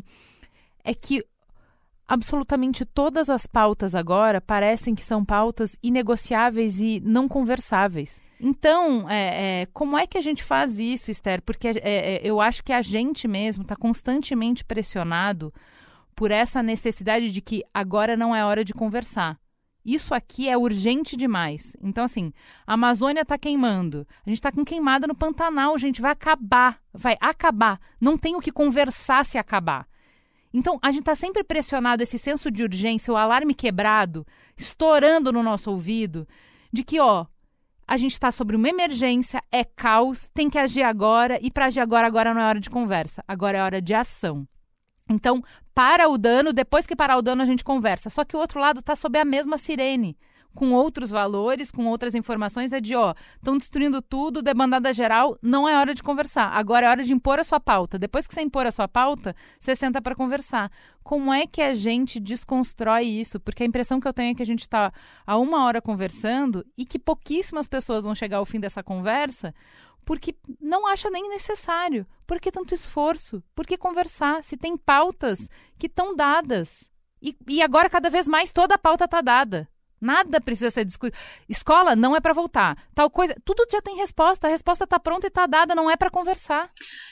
é que absolutamente todas as pautas agora parecem que são pautas inegociáveis e não conversáveis. Então, é, é, como é que a gente faz isso, Esther? Porque é, é, eu acho que a gente mesmo está constantemente pressionado por essa necessidade de que agora não é hora de conversar. Isso aqui é urgente demais. Então, assim, a Amazônia está queimando. A gente está com queimada no Pantanal, gente. Vai acabar. Vai acabar. Não tem o que conversar se acabar. Então, a gente está sempre pressionado, esse senso de urgência, o alarme quebrado, estourando no nosso ouvido, de que, ó, a gente está sobre uma emergência, é caos, tem que agir agora, e para agir agora, agora não é hora de conversa, agora é hora de ação. Então, para o dano, depois que parar o dano, a gente conversa. Só que o outro lado está sob a mesma sirene, com outros valores, com outras informações, é de, ó, estão destruindo tudo, debandada geral, não é hora de conversar. Agora é hora de impor a sua pauta. Depois que você impor a sua pauta, você senta para conversar. Como é que a gente desconstrói isso? Porque a impressão que eu tenho é que a gente está há uma hora conversando e que pouquíssimas pessoas vão chegar ao fim dessa conversa porque não acha nem necessário. Por que tanto esforço? Por que conversar? Se tem pautas que estão dadas. E, e agora, cada vez mais, toda a pauta está dada. Nada precisa ser discutido. Escola não é para voltar. Tal coisa, tudo já tem resposta. A resposta está pronta e está dada, não é para conversar.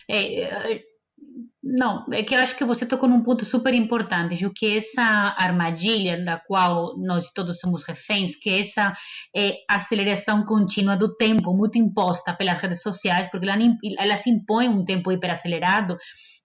É, não, é que eu acho que você tocou num ponto super importante, Ju, que essa armadilha da qual nós todos somos reféns, que essa é, aceleração contínua do tempo, muito imposta pelas redes sociais, porque elas impõem um tempo hiperacelerado,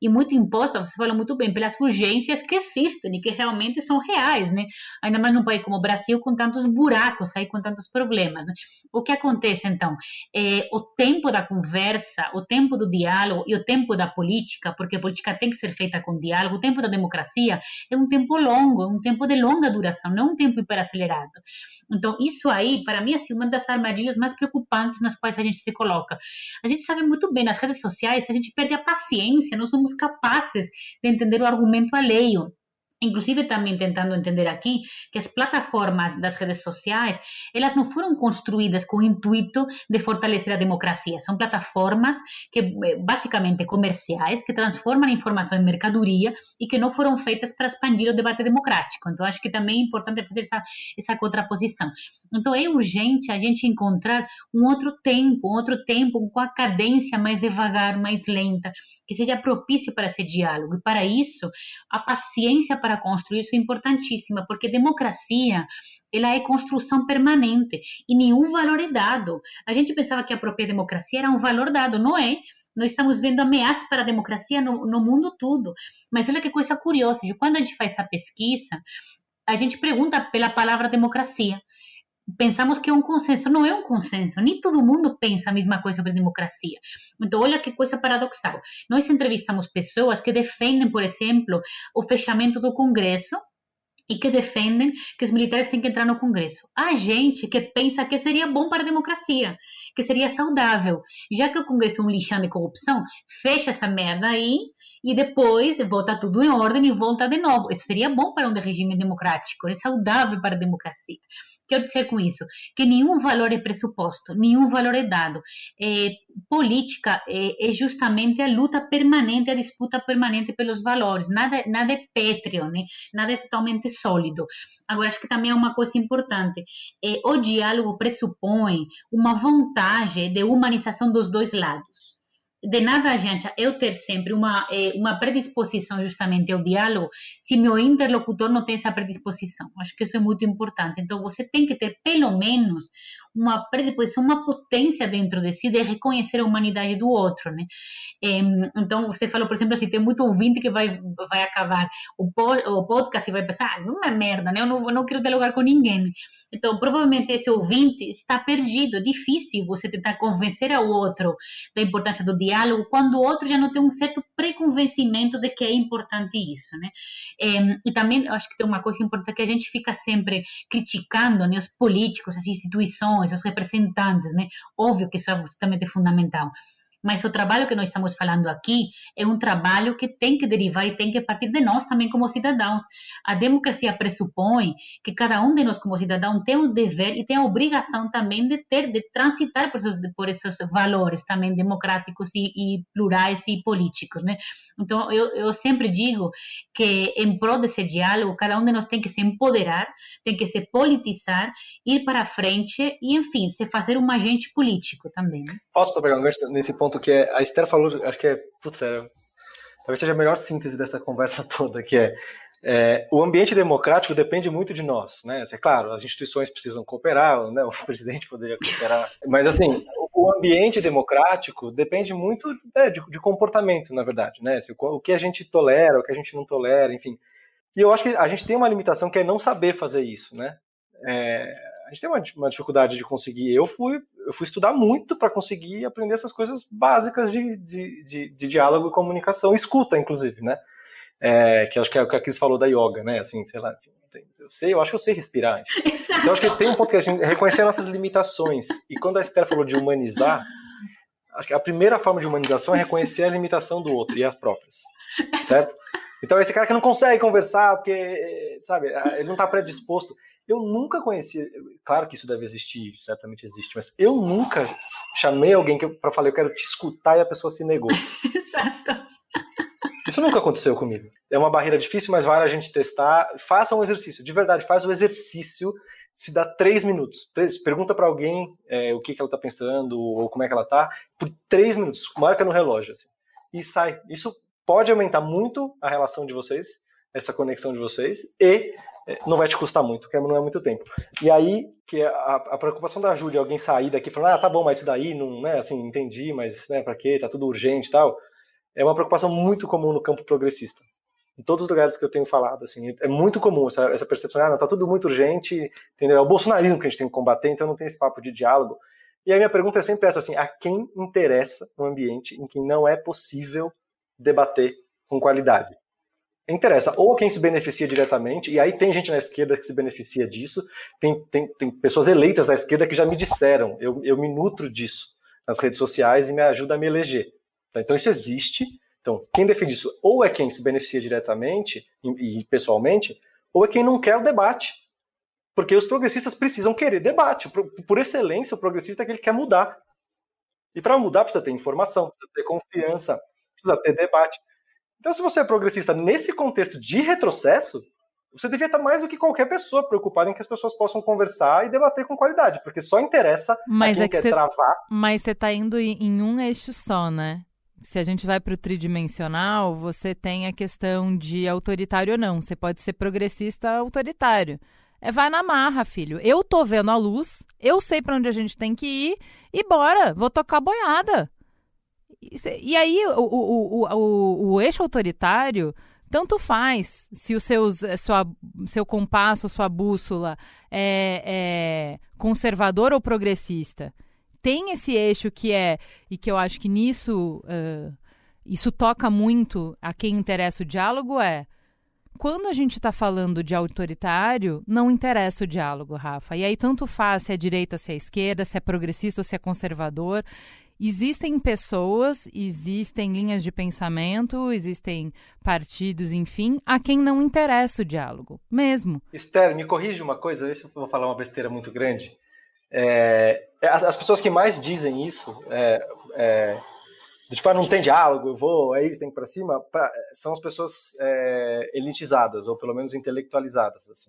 e muito imposta, você falou muito bem, pelas urgências que existem e que realmente são reais, né? Ainda mais num país como o Brasil, com tantos buracos aí, com tantos problemas, né? O que acontece, então? É, o tempo da conversa, o tempo do diálogo e o tempo da política, porque a política tem que ser feita com diálogo, o tempo da democracia é um tempo longo, é um tempo de longa duração, não é um tempo hiperacelerado. Então, isso aí, para mim, é assim, uma das armadilhas mais preocupantes nas quais a gente se coloca. A gente sabe muito bem, nas redes sociais, a gente perde a paciência, não somos capazes de entender o argumento alheio. Inclusive também tentando entender aqui que as plataformas das redes sociais, elas não foram construídas com o intuito de fortalecer a democracia. São plataformas que basicamente comerciais, que transformam a informação em mercadoria e que não foram feitas para expandir o debate democrático. Então, acho que também é importante fazer essa, essa contraposição. Então, é urgente a gente encontrar um outro tempo, um outro tempo com a cadência mais devagar, mais lenta, que seja propício para esse diálogo. E para isso, a paciência para construir isso é importantíssima, porque democracia, ela é construção permanente e nenhum valor é dado. A gente pensava que a própria democracia era um valor dado, não é? Nós estamos vendo ameaças para a democracia no, no mundo todo. Mas olha que coisa curiosa, quando a gente faz essa pesquisa, a gente pergunta pela palavra democracia. Pensamos que é um consenso, não é um consenso, nem todo mundo pensa a mesma coisa sobre democracia. Então, olha que coisa paradoxal. Nós entrevistamos pessoas que defendem, por exemplo, o fechamento do Congresso e que defendem que os militares têm que entrar no Congresso. Há gente que pensa que seria bom para a democracia, que seria saudável. Já que o Congresso é um lixão de corrupção, fecha essa merda aí e depois volta tudo em ordem e volta de novo. Isso seria bom para um regime democrático, é saudável para a democracia. Quero dizer com isso que nenhum valor é pressuposto, nenhum valor é dado. É, política é, é justamente a luta permanente, a disputa permanente pelos valores. Nada, nada é pétreo, né? Nada é totalmente sólido. Agora, acho que também é uma coisa importante. É, o diálogo pressupõe uma vontade de humanização dos dois lados. De nada adianta eu ter sempre uma, uma predisposição justamente ao diálogo se meu interlocutor não tem essa predisposição. Acho que isso é muito importante. Então, você tem que ter, pelo menos, uma predisposição, uma potência dentro de si de reconhecer a humanidade do outro, né? Então, você falou, por exemplo, assim, tem muito ouvinte que vai, vai acabar o, o podcast e vai pensar, ah, uma merda, né? Eu não, eu não quero dialogar com ninguém. Então, provavelmente esse ouvinte está perdido. É difícil você tentar convencer ao outro da importância do diálogo quando o outro já não tem um certo preconvencimento de que é importante isso, né? E, e também, acho que tem uma coisa importante que a gente fica sempre criticando, né, os políticos, as instituições, os representantes, né? Óbvio que isso é absolutamente fundamental. Mas o trabalho que nós estamos falando aqui é um trabalho que tem que derivar e tem que partir de nós também como cidadãos. A democracia pressupõe que cada um de nós como cidadão tem o dever e tem a obrigação também de ter, de transitar por esses, por esses valores também democráticos e, e plurais e políticos, né? Então, eu, eu sempre digo que em prol desse diálogo, cada um de nós tem que se empoderar, tem que se politizar, ir para frente e, enfim, se fazer um agente político também, né? Posso pegar um gancho nesse ponto que é, a Esther falou, acho que é, putz, é, talvez seja a melhor síntese dessa conversa toda, que é, é o ambiente democrático depende muito de nós, né? É claro, as instituições precisam cooperar, né? O presidente poderia cooperar, mas assim, o ambiente democrático depende muito é, de, de comportamento, na verdade, né? O que a gente tolera, o que a gente não tolera, enfim. E eu acho que a gente tem uma limitação que é não saber fazer isso, né? É, a gente tem uma, uma dificuldade de conseguir. Eu fui, eu fui estudar muito para conseguir aprender essas coisas básicas de, de, de, de diálogo e comunicação, escuta, inclusive, né? É, que acho que é o que a Cris falou da yoga, né? Assim, sei lá, eu sei, eu acho que eu sei respirar. Enfim. Então acho que tem um ponto que a gente reconhecer nossas limitações. E quando a Esther falou de humanizar, acho que a primeira forma de humanização é reconhecer a limitação do outro e as próprias, certo? Então esse cara que não consegue conversar porque, sabe, ele não está predisposto. Eu nunca conheci, claro que isso deve existir, certamente existe, mas eu nunca chamei alguém para falar, eu quero te escutar, e a pessoa se negou. Exato. Isso nunca aconteceu comigo. É uma barreira difícil, mas vale a gente testar. Faça um exercício, de verdade, faz o exercício, se dá três minutos. Três, pergunta para alguém é, o que, que ela está pensando, ou como é que ela está, por três minutos, marca no relógio, assim, e sai. Isso pode aumentar muito a relação de vocês, essa conexão de vocês, e não vai te custar muito, porque não é muito tempo. E aí, que a, a preocupação da Júlia, alguém sair daqui falando, ah, tá bom, mas isso daí, não, né, assim, entendi, mas, né, pra quê, tá tudo urgente e tal, é uma preocupação muito comum no campo progressista. Em todos os lugares que eu tenho falado, assim, é muito comum essa, essa percepção, ah, não, tá tudo muito urgente, entendeu? É o bolsonarismo que a gente tem que combater, então não tem esse papo de diálogo. E a minha pergunta é sempre essa, assim, a quem interessa um ambiente em que não é possível debater com qualidade? Interessa ou quem se beneficia diretamente, e aí tem gente na esquerda que se beneficia disso, tem, tem, tem pessoas eleitas na esquerda que já me disseram, eu, eu me nutro disso nas redes sociais e me ajuda a me eleger. Então isso existe. Então, quem defende isso ou é quem se beneficia diretamente e, e pessoalmente, ou é quem não quer o debate. Porque os progressistas precisam querer debate. Por, por excelência, o progressista é aquele que quer mudar. E para mudar precisa ter informação, precisa ter confiança, precisa ter debate. Então, se você é progressista nesse contexto de retrocesso, você devia estar mais do que qualquer pessoa preocupada em que as pessoas possam conversar e debater com qualidade, porque só interessa mas a quem é que quer cê, travar. Mas você está indo em um eixo só, né? Se a gente vai para o tridimensional, você tem a questão de autoritário ou não. Você pode ser progressista autoritário. É vai na marra, filho. Eu tô vendo a luz, eu sei para onde a gente tem que ir e bora, vou tocar boiada. E aí, o, o, o, o, o eixo autoritário, tanto faz se o seus, sua, seu compasso, sua bússola é, é conservador ou progressista. Tem esse eixo que é, e que eu acho que nisso, uh, isso toca muito a quem interessa o diálogo, é quando a gente está falando de autoritário, não interessa o diálogo, Rafa. E aí tanto faz se é direita, se é esquerda, se é progressista ou se é conservador. Existem pessoas, existem linhas de pensamento, existem partidos, enfim, a quem não interessa o diálogo, mesmo. Esther, me corrige uma coisa, se eu vou falar uma besteira muito grande. É, as pessoas que mais dizem isso, é, é, tipo, ah, não tem diálogo, eu vou, é isso, tem que ir pra cima, pra, são as pessoas é, elitizadas, ou pelo menos intelectualizadas, assim.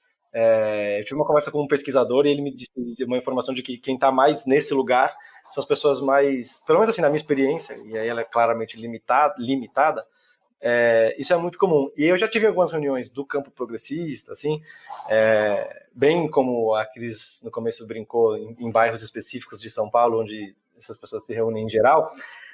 É, eu tive uma conversa com um pesquisador e ele me disse uma informação de que quem está mais nesse lugar são as pessoas mais, pelo menos assim, na minha experiência, e aí ela é claramente limitada, limitada é, isso é muito comum. E eu já tive algumas reuniões do campo progressista, assim, é, bem como a Cris no começo brincou, em, em bairros específicos de São Paulo, onde essas pessoas se reúnem em geral.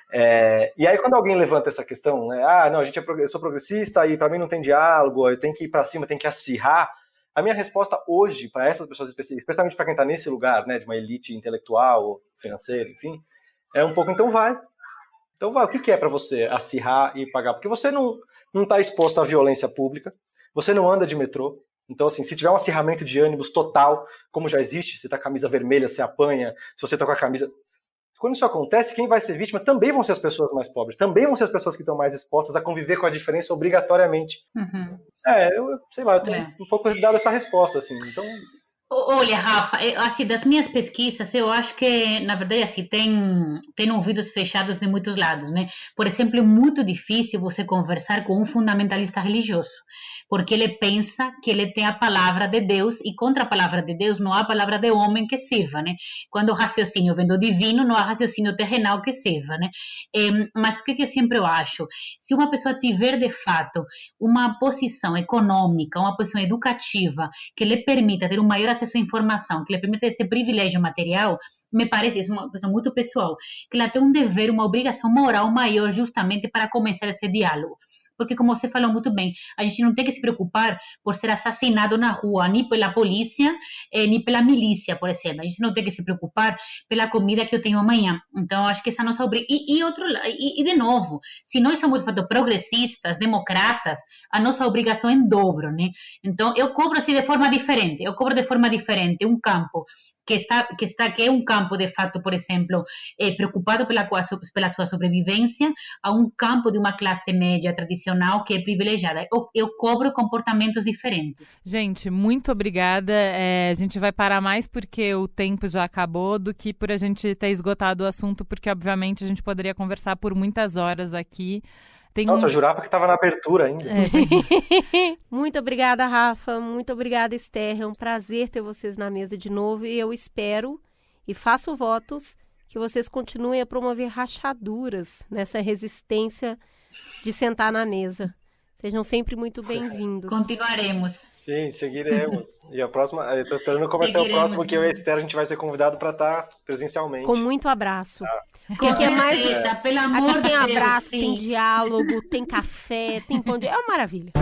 É, e aí quando alguém levanta essa questão, né, ah, não, a gente é, eu sou progressista e para mim não tem diálogo, eu tenho que ir para cima, tem que acirrar. A minha resposta hoje para essas pessoas específicas, especialmente para quem está nesse lugar, né, de uma elite intelectual, financeira, enfim, é um pouco, então vai. Então vai, o que, que é para você acirrar e pagar? Porque você não não está exposto à violência pública, você não anda de metrô, então assim, se tiver um acirramento de ânimos total, como já existe, você está com a camisa vermelha, você apanha, se você está com a camisa... Quando isso acontece, quem vai ser vítima também vão ser as pessoas mais pobres, também vão ser as pessoas que estão mais expostas a conviver com a diferença obrigatoriamente. Uhum. É, eu sei lá, eu tenho é. um pouco dado essa resposta, assim, então... Olha, Rafa, assim, das minhas pesquisas, eu acho que, na verdade, assim, tem, tem ouvidos fechados de muitos lados, né? Por exemplo, é muito difícil você conversar com um fundamentalista religioso, porque ele pensa que ele tem a palavra de Deus e contra a palavra de Deus não há palavra de homem que sirva, né? Quando o raciocínio vem do divino, não há raciocínio terrenal que sirva, né? É, mas o que, que eu sempre acho? Se uma pessoa tiver, de fato, uma posição econômica, uma posição educativa que lhe permita ter um maior acesso à informação, que lhe permite esse privilégio material, me parece, isso é uma coisa muito pessoal, que ela tem um dever, uma obrigação moral maior justamente para começar esse diálogo. Porque, como você falou muito bem, a gente não tem que se preocupar por ser assassinado na rua, nem pela polícia, eh, nem pela milícia, por exemplo. A gente não tem que se preocupar pela comida que eu tenho amanhã. Então, acho que essa é a nossa obrigação. E, e, outro, e, e, de novo, se nós somos, de fato, progressistas, democratas, a nossa obrigação é em dobro, né? Então, eu cobro assim de forma diferente. Eu cobro de forma diferente um campo que está, que está, que é um campo, de fato, por exemplo, eh, preocupado pela, pela sua sobrevivência, a um campo de uma classe média tradicional que é privilegiada. Eu, eu cobro comportamentos diferentes. Gente, muito obrigada. É, a gente vai parar mais porque o tempo já acabou do que por a gente ter esgotado o assunto, porque, obviamente, a gente poderia conversar por muitas horas aqui. Tem Nossa, um... eu jurava que estava na abertura ainda. É. Muito obrigada, Rafa. Muito obrigada, Esther. É um prazer ter vocês na mesa de novo. E eu espero e faço votos que vocês continuem a promover rachaduras nessa resistência de sentar na mesa. Sejam sempre muito bem-vindos. Continuaremos. Sim, seguiremos. E a próxima, eu tô esperando como é que é o próximo que eu e a Esther a gente vai ser convidado para estar presencialmente. Com muito abraço. Ah. Com Aqui é mais- certeza, pelo amor Aqui de tem Deus, abraço, sim. tem diálogo, tem café, tem pão de... É uma maravilha.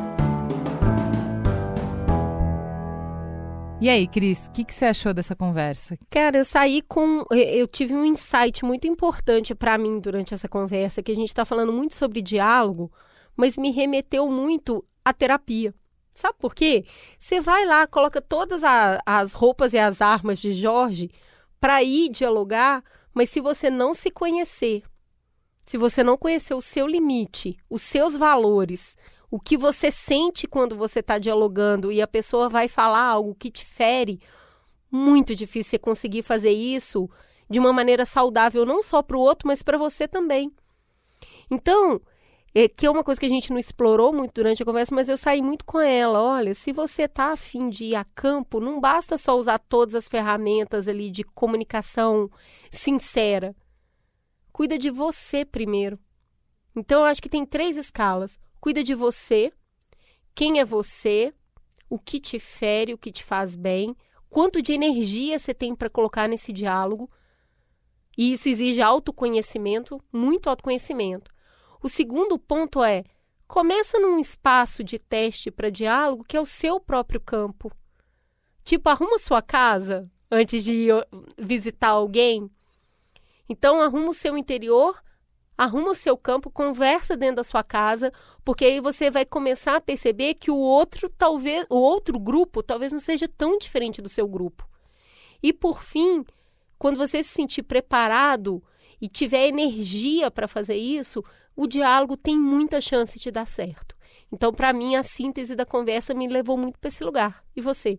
E aí, Cris, o que, que você achou dessa conversa? Cara, eu saí com... Eu tive um insight muito importante para mim durante essa conversa, que a gente está falando muito sobre diálogo, mas me remeteu muito à terapia. Sabe por quê? Você vai lá, coloca todas a, as roupas e as armas de Jorge para ir dialogar, mas se você não se conhecer, se você não conhecer o seu limite, os seus valores, o que você sente quando você está dialogando e a pessoa vai falar algo que te fere, muito difícil você conseguir fazer isso de uma maneira saudável, não só para o outro, mas para você também. Então, é, que é uma coisa que a gente não explorou muito durante a conversa, mas eu saí muito com ela. Olha, se você está a fim de ir a campo, não basta só usar todas as ferramentas ali de comunicação sincera. Cuida de você primeiro. Então, eu acho que tem três escalas. Cuida de você, quem é você, o que te fere, o que te faz bem, quanto de energia você tem para colocar nesse diálogo. E isso exige autoconhecimento, muito autoconhecimento. O segundo ponto é, começa num espaço de teste para diálogo que é o seu próprio campo. Tipo, arruma sua casa antes de ir visitar alguém. Então, arruma o seu interior, arruma o seu campo, conversa dentro da sua casa, porque aí você vai começar a perceber que o outro, talvez, o outro grupo talvez não seja tão diferente do seu grupo. E, por fim, quando você se sentir preparado e tiver energia para fazer isso, o diálogo tem muita chance de dar certo. Então, para mim, a síntese da conversa me levou muito para esse lugar. E você?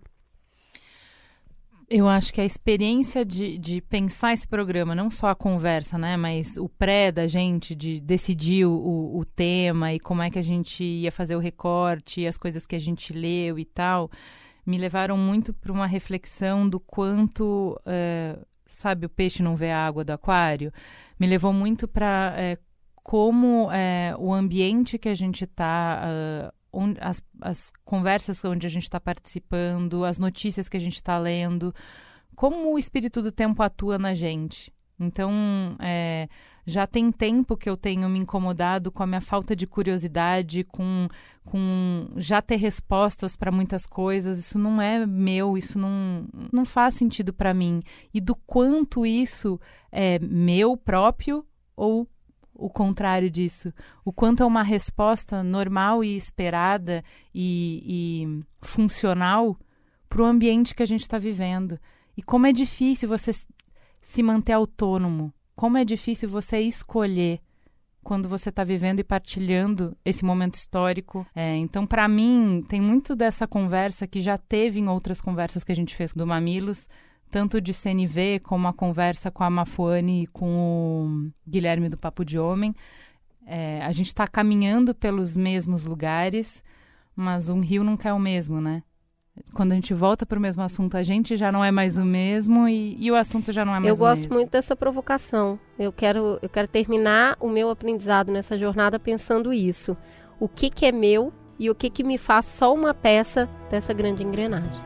Eu acho que a experiência de, de pensar esse programa, não só a conversa, né, mas o pré da gente, de decidir o, o tema e como é que a gente ia fazer o recorte, as coisas que a gente leu e tal, me levaram muito para uma reflexão do quanto, é, sabe, o peixe não vê a água do aquário. Me levou muito para é, como é, o ambiente que a gente está... Uh, Onde, as, as conversas onde a gente está participando, as notícias que a gente está lendo, como o espírito do tempo atua na gente. Então, é, já tem tempo que eu tenho me incomodado com a minha falta de curiosidade, com, com já ter respostas para muitas coisas. Isso não é meu, isso não, não faz sentido para mim. E do quanto isso é meu próprio ou o contrário disso, o quanto é uma resposta normal e esperada e, e funcional para o ambiente que a gente está vivendo. E como é difícil você se manter autônomo, como é difícil você escolher quando você está vivendo e partilhando esse momento histórico. É, então, para mim, tem muito dessa conversa que já teve em outras conversas que a gente fez do Mamilos, tanto de C N V como a conversa com a Mafuane e com o Guilherme do Papo de Homem. É, a gente está caminhando pelos mesmos lugares, mas um rio nunca é o mesmo, né? Quando a gente volta para o mesmo assunto, a gente já não é mais o mesmo e, e o assunto já não é mais eu o mesmo. Eu gosto muito dessa provocação. Eu quero, eu quero terminar o meu aprendizado nessa jornada pensando isso. O que, que é meu e o que, que me faz só uma peça dessa grande engrenagem.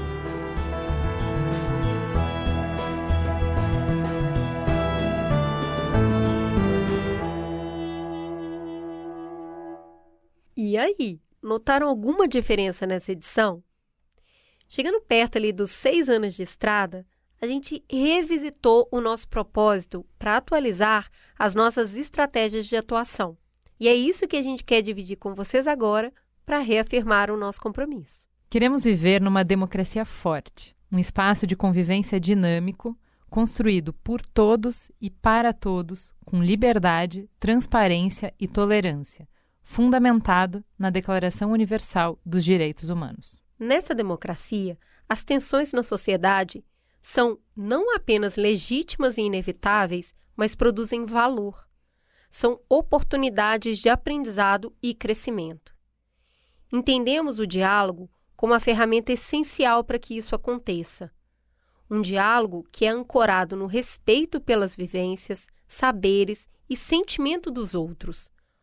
E aí, notaram alguma diferença nessa edição? Chegando perto ali dos seis anos de estrada, a gente revisitou o nosso propósito para atualizar as nossas estratégias de atuação. E é isso que a gente quer dividir com vocês agora para reafirmar o nosso compromisso. Queremos viver numa democracia forte, um espaço de convivência dinâmico, construído por todos e para todos, com liberdade, transparência e tolerância, fundamentado na Declaração Universal dos Direitos Humanos. Nessa democracia, as tensões na sociedade são não apenas legítimas e inevitáveis, mas produzem valor. São oportunidades de aprendizado e crescimento. Entendemos o diálogo como a ferramenta essencial para que isso aconteça. Um diálogo que é ancorado no respeito pelas vivências, saberes e sentimento dos outros.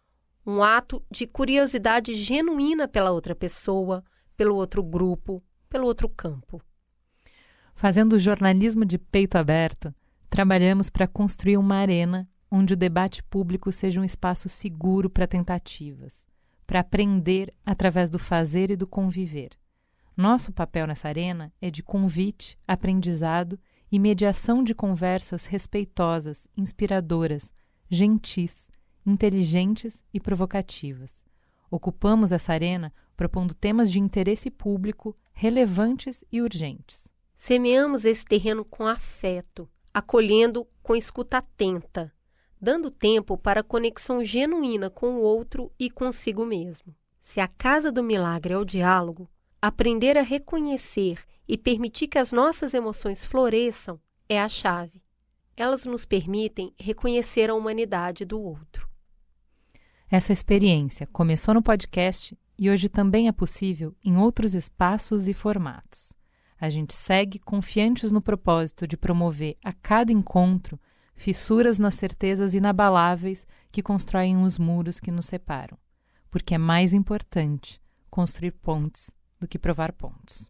um ato de curiosidade genuína pela outra pessoa, pelo outro grupo, pelo outro campo. Fazendo jornalismo de peito aberto, trabalhamos para construir uma arena onde o debate público seja um espaço seguro para tentativas, para aprender através do fazer e do conviver. Nosso papel nessa arena é de convite, aprendizado e mediação de conversas respeitosas, inspiradoras, gentis, inteligentes e provocativas. Ocupamos essa arena propondo temas de interesse público relevantes e urgentes. Semeamos esse terreno com afeto, acolhendo com escuta atenta, dando tempo para conexão genuína com o outro e consigo mesmo. Se a casa do milagre é o diálogo, aprender a reconhecer e permitir que as nossas emoções floresçam é a chave. Elas nos permitem reconhecer a humanidade do outro. Essa experiência começou no podcast e hoje também é possível em outros espaços e formatos. A gente segue confiantes no propósito de promover a cada encontro fissuras nas certezas inabaláveis que constroem os muros que nos separam, porque é mais importante construir pontes do que provar pontos.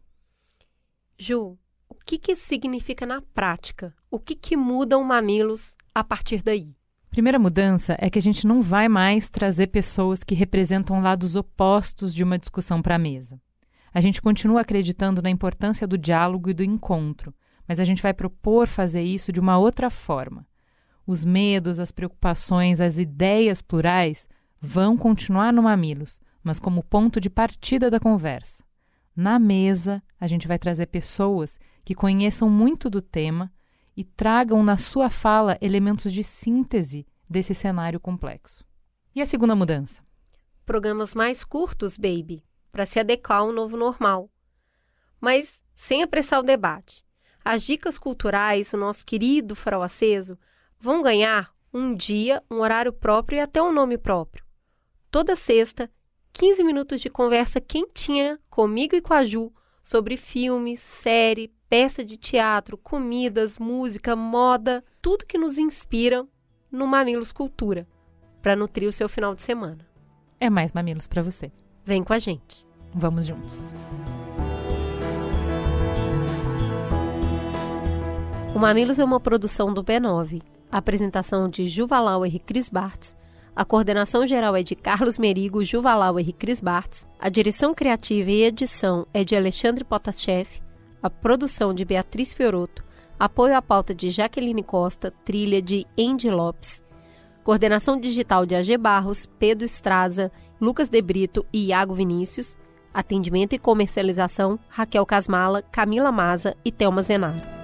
Ju, o que, que isso significa na prática? O que, que muda o Mamilos a partir daí? Primeira mudança é que a gente não vai mais trazer pessoas que representam lados opostos de uma discussão para a mesa. A gente continua acreditando na importância do diálogo e do encontro, mas a gente vai propor fazer isso de uma outra forma. Os medos, as preocupações, as ideias plurais vão continuar no Mamilos, mas como ponto de partida da conversa. Na mesa, a gente vai trazer pessoas que conheçam muito do tema e tragam na sua fala elementos de síntese desse cenário complexo. E a segunda mudança? Programas mais curtos, baby, para se adequar ao novo normal. Mas sem apressar o debate. As dicas culturais, o nosso querido Farol Aceso, vão ganhar um dia, um horário próprio e até um nome próprio. Toda sexta, quinze minutos de conversa quentinha comigo e com a Ju sobre filmes, série, peça de teatro, comidas, música, moda, tudo que nos inspira no Mamilos Cultura, para nutrir o seu final de semana. É mais Mamilos para você. Vem com a gente. Vamos juntos. O Mamilos é uma produção do B nove. A apresentação de Juva Lauer e Cris Bartz. A coordenação geral é de Carlos Merigo, Juva Lauer e Cris Bartz. A direção criativa e edição é de Alexandre Potashev. A produção de Beatriz Fioroto. Apoio à pauta de Jaqueline Costa. Trilha de Andy Lopes. Coordenação digital de A G Barros, Pedro Estraza, Lucas De Brito e Iago Vinícius. Atendimento e comercialização, Raquel Casmala, Camila Maza e Thelma Zenaro.